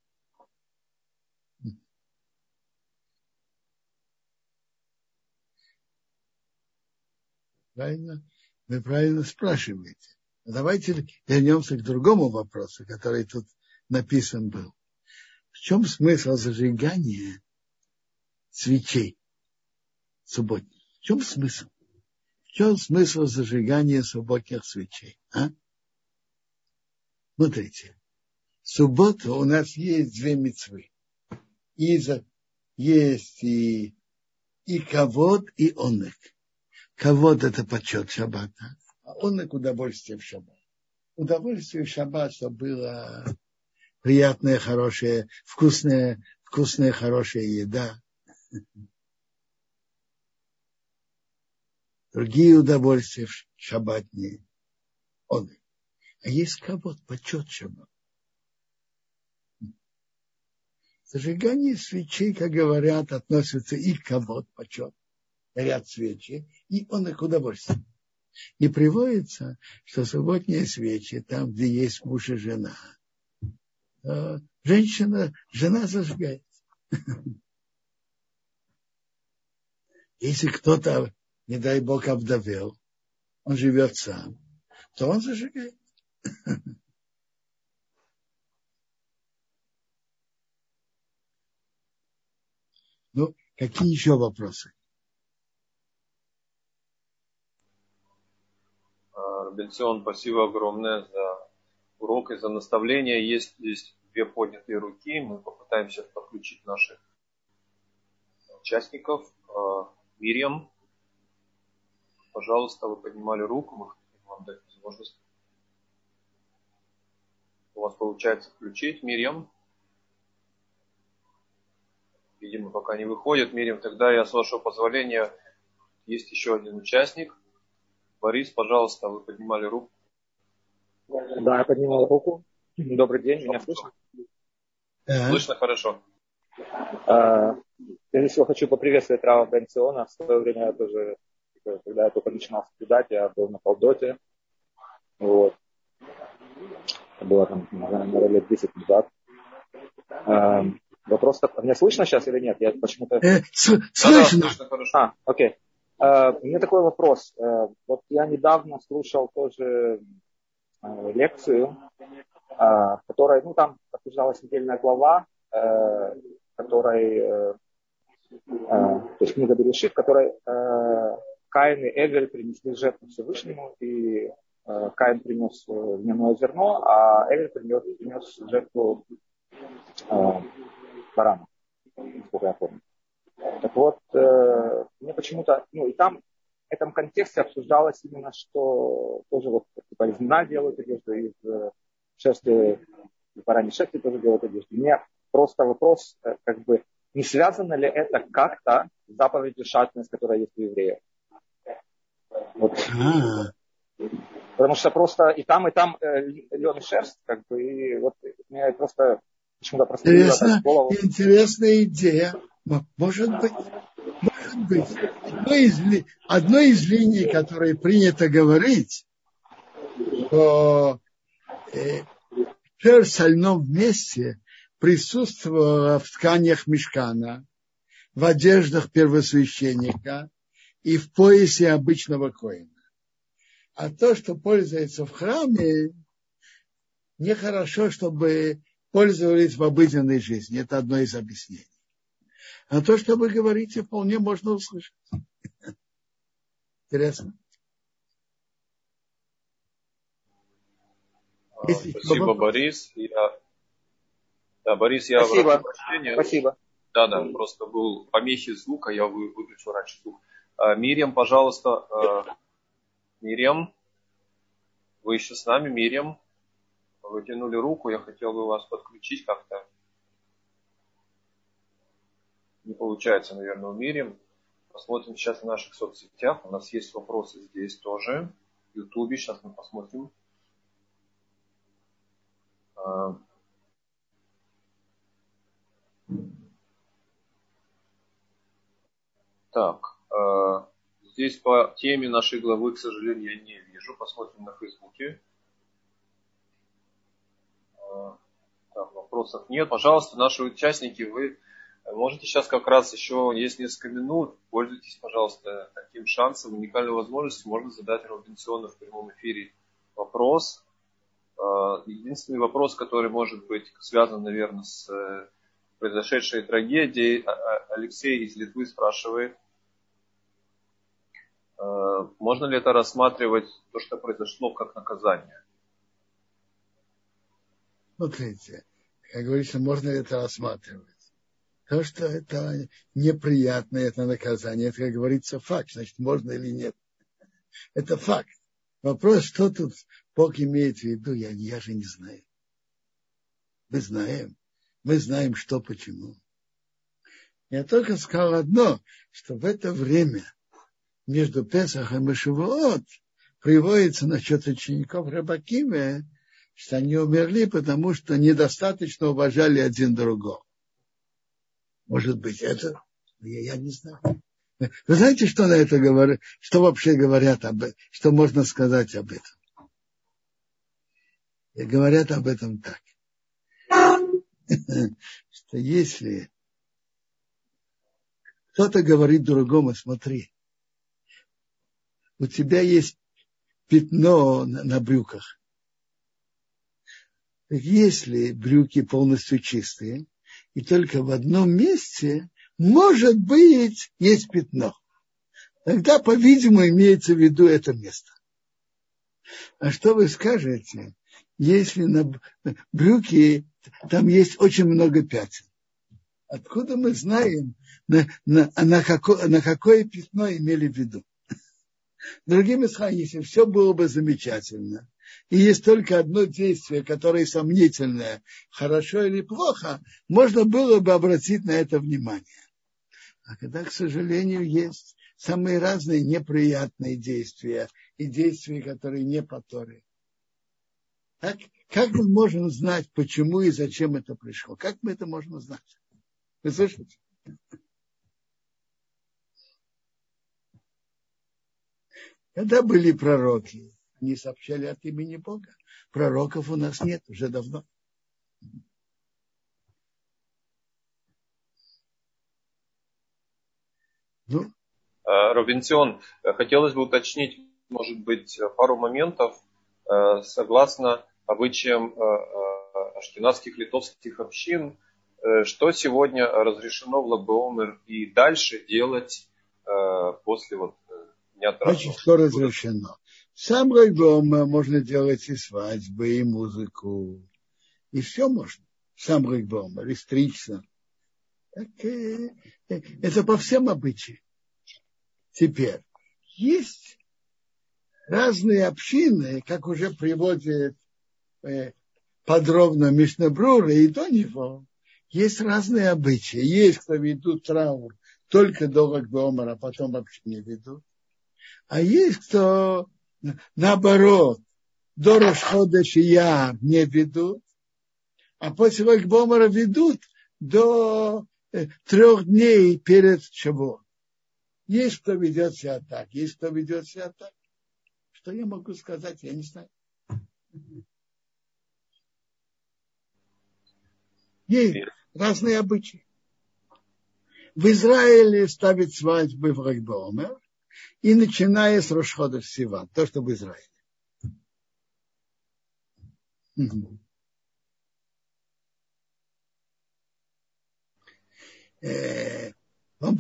Правильно? Вы правильно спрашиваете. Давайте вернемся к другому вопросу, который тут написан был. В чем смысл зажигания свечей субботних? В чем смысл? В чем смысл зажигания субботних свечей? Смотрите, в субботу у нас есть две мицвы. Есть и кавод, и онек. Кавод – это почет шаббата, а онек – удовольствие в шаббат. Удовольствие в шаббат, чтобы было приятная, хорошая, вкусная, хорошая еда. Другие удовольствия в шаббатные. Онек. А есть кавод, почет шаббат. Зажигание свечей, как говорят, относится и к кавод, почет, горят свечи, и онек удовольствие. И приводится, что субботние свечи, там, где есть муж и жена, жена зажигает. Если кто-то, не дай Бог, овдовел, он живет сам, то он зажигает. Ну, какие еще вопросы? Бенцион, спасибо огромное за урок и за наставление. Есть здесь две поднятые руки. Мы попытаемся подключить наших участников. Мирьям, пожалуйста, вы поднимали руку. Мы хотим вам дать возможность. У вас получается включить. Мирьям. Видимо, пока не выходит. Мирьям, тогда я, с вашего позволения, есть еще один участник. Борис, пожалуйста, вы поднимали руку. Да, я поднимал руку. Добрый день, меня слышно? Слышно хорошо. Прежде всего хочу поприветствовать Рава Бенциона. В свое время я тоже, когда я только начинал соблюдать, я был на Полдоте. Вот. Это было там, наверное, лет 10 назад. Вопрос, меня слышно сейчас или нет? Я почему-то... Слышно. Слышно хорошо. Окей. У меня такой вопрос. Вот я недавно слушал тоже лекцию, которая, там обсуждалась недельная глава, которой, то есть книга Берешит, в которой Каин и Эвель принесли жертву Всевышнему, и Каин принес льняное зерно, а Эвель принес жертву барана, насколько я помню. Так вот, мне почему-то, и там в этом контексте обсуждалось именно, что тоже вот типа из льна делают одежду, из шерсти, бараньей шерсти тоже делают одежду. У меня просто вопрос, как бы, не связано ли это как-то с заповедью шатность, которая есть у евреев? Вот. Потому что просто и там лен и шерсть, как бы, и вот меня просто почему-то прострелило в голову. Интересная идея. Может быть. Одной из линий, которые принято говорить, что шерсть в сольном месте присутствовала в тканях мишкана, в одеждах первосвященника и в поясе обычного коэна. А то, что пользуется в храме, нехорошо, чтобы пользовались в обыденной жизни. Это одно из объяснений. А то, что вы говорите, вполне можно услышать. Интересно. Спасибо, Борис. Борис, я Спасибо. прошу прощения. Спасибо. Да, просто был помехи звука, я выключил раньше звук. Мирьям, пожалуйста. Мирьям, вы еще с нами? Мирьям, вы тянули руку, я хотел бы вас подключить как-то. не получается, наверное, умерим. Посмотрим сейчас в наших соцсетях. У нас есть вопросы здесь тоже. В Ютубе. Сейчас мы посмотрим. Так. Здесь по теме нашей главы, к сожалению, я не вижу. Посмотрим на Фейсбуке. Так, вопросов нет. Пожалуйста, наши участники, вы можете сейчас как раз еще, есть несколько минут, пользуйтесь, пожалуйста, таким шансом, уникальной возможностью. Можно задать Робинсону в прямом эфире вопрос. Единственный вопрос, который может быть связан, наверное, с произошедшей трагедией. Алексей из Литвы спрашивает, можно ли это рассматривать, то, что произошло, как наказание? Смотрите, как говорится, можно ли это рассматривать? То, что это неприятно, это наказание, это, как говорится, факт. Значит, можно или нет. Это факт. Вопрос, что тут Бог имеет в виду, я же не знаю. Мы знаем, что, почему. Я только сказал одно, что в это время между Песахом и Шавуот приводится насчет учеников Рабби Акивы, что они умерли, потому что недостаточно уважали один другого. Может быть, это? Я не знаю. Вы знаете, что на это говорят? Что вообще говорят об этом? Что можно сказать об этом? И говорят об этом так. Что если кто-то говорит другому, смотри, у тебя есть пятно на брюках. Если брюки полностью чистые, и только в одном месте, может быть, есть пятно. Тогда, по-видимому, имеется в виду это место. А что вы скажете, если на брюки там есть очень много пятен? Откуда мы знаем, на какое пятно имели в виду? Другими словами, если все было бы замечательно, и есть только одно действие, которое сомнительное, хорошо или плохо, можно было бы обратить на это внимание. А когда, к сожалению, есть самые разные неприятные действия и действия, которые не по Торе, как мы можем знать, почему и зачем это пришло? Как мы это можем знать? Вы слышите? Когда были пророки, они сообщали от имени Бога. Пророков у нас нет уже давно. Робинсон, хотелось бы уточнить, может быть, пару моментов. Согласно обычаям ашкеназских литовских общин, что сегодня разрешено в Lag BaOmer и дальше делать после Дня Торah? Значит, что разрешено? Сам Lag BaOmer можно делать и свадьбы, и музыку, и все можно. Сам Lag BaOmer, и стричься. Это по всем обычаям. Теперь, есть разные общины, как уже приводит подробно Мишна Брура, и до него есть разные обычаи. Есть, кто ведут траур только до Lag BaOmer, а потом вообще не ведут. А есть, кто наоборот, до Рош ходеш Ияр не ведут, а после Lag BaOmer ведут до 3 дней перед Шавуот. Есть, кто ведет себя так, есть, кто ведет себя так. Что я могу сказать, я не знаю. Есть разные обычаи. В Израиле ставят свадьбы в Lag BaOmer, и начиная с Рош ходеш Сиван, то, что в Израиле. Вам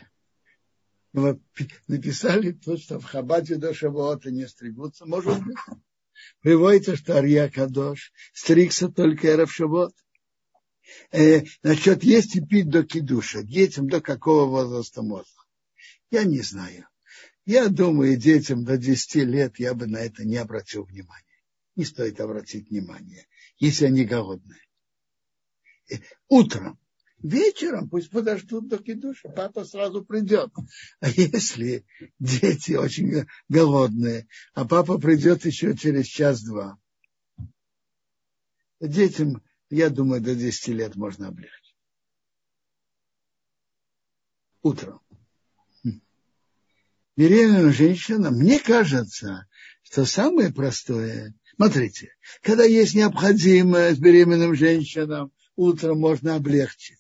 написали то, что в Хабаде до Шавуота не стригутся. Может быть. Приводится, что Арья Кадош стригся только эрев Шавуот. Насчет есть и пить до кидуша. Детям до какого возраста можно? Я не знаю. Я думаю, детям до 10 лет я бы на это не обратил внимания. Не стоит обратить внимание, если они голодные. Утром Вечером пусть подождут до кидуша, папа сразу придет. А если дети очень голодные, а папа придет еще через час-два, детям, я думаю, до 10 лет можно облегчить. Утром. Беременным женщинам, мне кажется, что самое простое, смотрите, когда есть необходимость беременным женщинам, утром можно облегчить.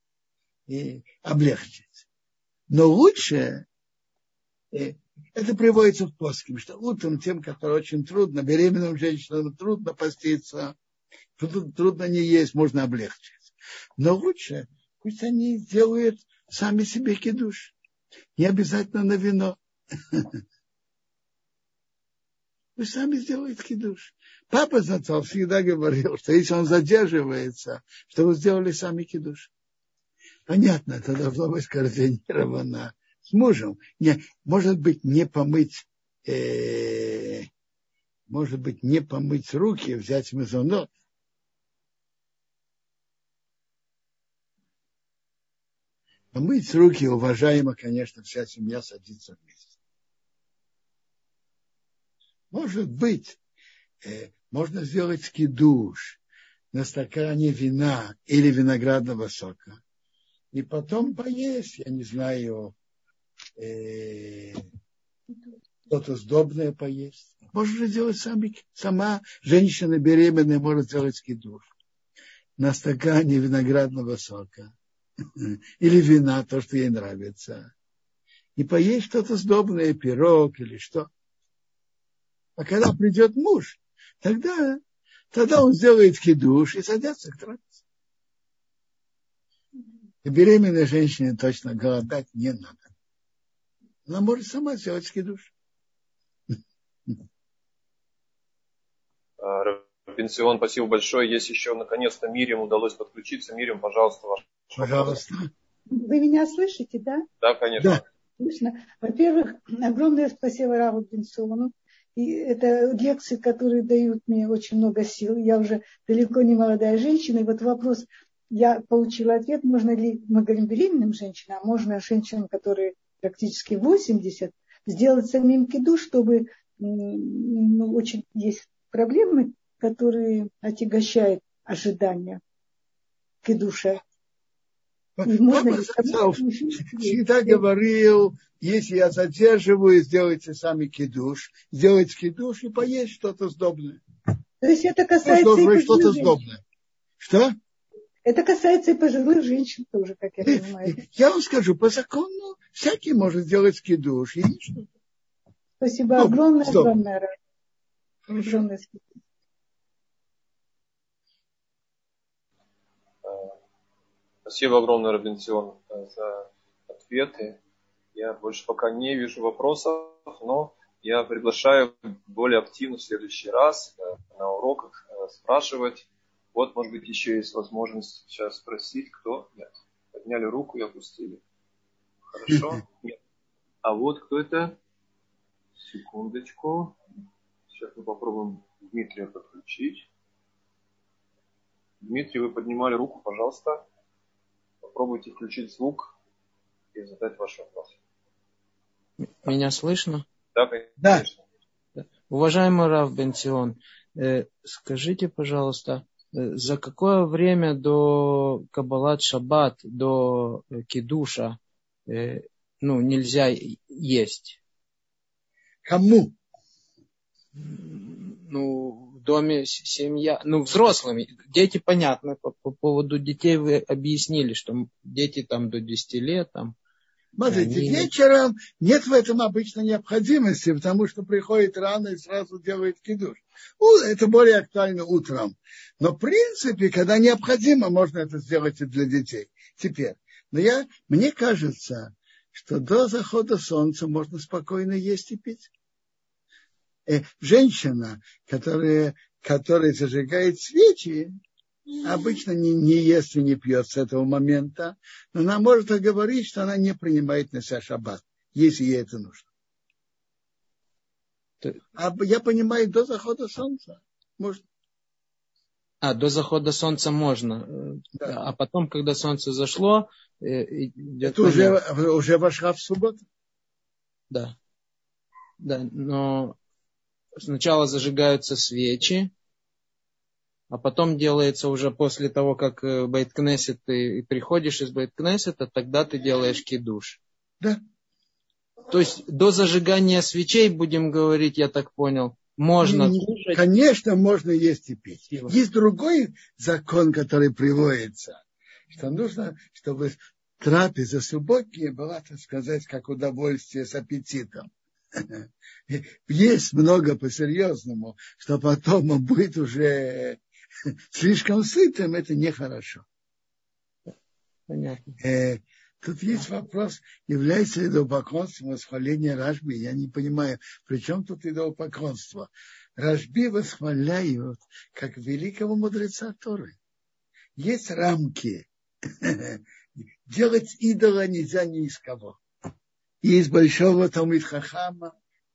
Но лучше, это приводится в Песким, что утром тем, которым очень трудно, беременным женщинам трудно поститься, трудно не есть, можно облегчить. Но лучше, пусть они делают сами себе кидуш. Не обязательно на вино. Пусть сами сделают кидуш. Папа Зацал всегда говорил, что если он задерживается, что вы сделали сами кидуш. Понятно, это должно быть координировано с мужем. Может быть, не помыть руки, взять мезонот. Помыть руки, уважаемо, конечно, вся семья садится вместе. Может быть, можно сделать кидуш на стакане вина или виноградного сока. И потом поесть, я не знаю, что-то сдобное поесть. Можно сделать сама женщина беременная может сделать кидуш на стакане виноградного сока или вина, то, что ей нравится. И поесть что-то сдобное, пирог или что. А когда придет муж, тогда он сделает кидуш и садится к трапезе. И беременной женщине точно голодать не надо. Она может сама сделать кидуш. Пенсион, спасибо большое. Есть еще, наконец-то, Мирьям удалось подключиться. Мирьям, пожалуйста, ваш Пожалуйста. Вы меня слышите, да? Да, конечно. Да. Слышно. Во-первых, огромное спасибо Раву Пенсиону. И это лекции, которые дают мне очень много сил. Я уже далеко не молодая женщина. И вот вопрос, я получила ответ, можно ли, мы говорим беременным женщинам, а можно женщинам, которые практически 80, сделать самим кидуш, чтобы очень есть проблемы, которые отягощают ожидания кидуша. Папа всегда говорил, если я задерживаю, сделайте сами кидуш, сделайте кидуш и поесть что-то сдобное. То есть это касается и пожилых что-то женщин. сдобное. Что? Это касается и пожилых женщин тоже, как я понимаю. Я вам скажу, по закону всякий может сделать кидуш. Спасибо огромное. Огромное спасибо. Спасибо огромное, Робинсон, за ответы. Я больше пока не вижу вопросов, но я приглашаю более активно в следующий раз на уроках спрашивать. Вот, может быть, еще есть возможность сейчас спросить, кто? Нет. Подняли руку и опустили. Хорошо? Нет. А вот кто это? Секундочку. Сейчас мы попробуем Дмитрия подключить. Дмитрий, вы поднимали руку, пожалуйста. Попробуйте включить звук и задать ваш вопрос. Меня слышно? Да, конечно. Да. Уважаемый Рав Бенцион, скажите, пожалуйста, за какое время до Каббалат Шаббат, до Кидуша, нельзя есть? Кому? В доме семья, взрослыми. Дети, понятно, по поводу детей вы объяснили, что дети там до 10 лет. Смотрите, вечером нет в этом обычно необходимости, потому что приходит рано и сразу делает кидуш. Это более актуально утром. Но в принципе, когда необходимо, можно это сделать и для детей. Теперь. Но мне кажется, что до захода солнца можно спокойно есть и пить. Женщина, которая зажигает свечи, обычно не ест и не пьет с этого момента, но она может говорить, что она не принимает на себя шаббат, если ей это нужно. А я понимаю, до захода солнца можно. До захода солнца можно. Да. А потом, когда солнце зашло, это уже вошла в субботу. Да. Да, но сначала зажигаются свечи, а потом делается уже после того, как Бейт-Кнесет, ты приходишь из Бейт-Кнесета, тогда ты делаешь кидуш. Да. То есть до зажигания свечей, будем говорить, я так понял, можно кушать. Конечно, можно есть и пить. Есть другой закон, который приводится, что нужно, чтобы трапеза субботняя была, так сказать, как удовольствие с аппетитом. Есть много по-серьезному, что потом он будет уже слишком сытым, это нехорошо. Понятно. Тут есть вопрос, является ли идолопоклонством восхваление Рашби. Я не понимаю, при чем тут идолопоклонство. Рашби восхваляют как великого мудреца Торы. Есть рамки. Делать идола нельзя ни из кого. Есть большого Талмид Хахама,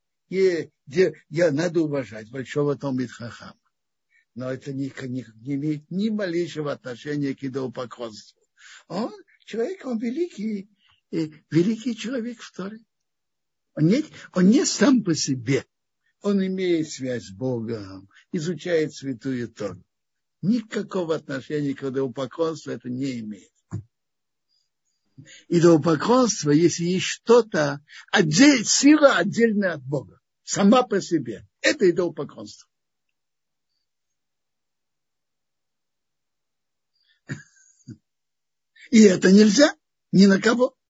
надо уважать большого Талмид Хахама. Но это не имеет ни малейшего отношения к идолопоклонству. Он великий человек в Торе. Он не сам по себе. Он имеет связь с Богом, изучает святую Тору. Никакого отношения к идолопоклонству это не имеет. Идолопоклонство, если есть что-то, сила отдельная от Бога, сама по себе, это идолопоклонство. И это нельзя ни на кого.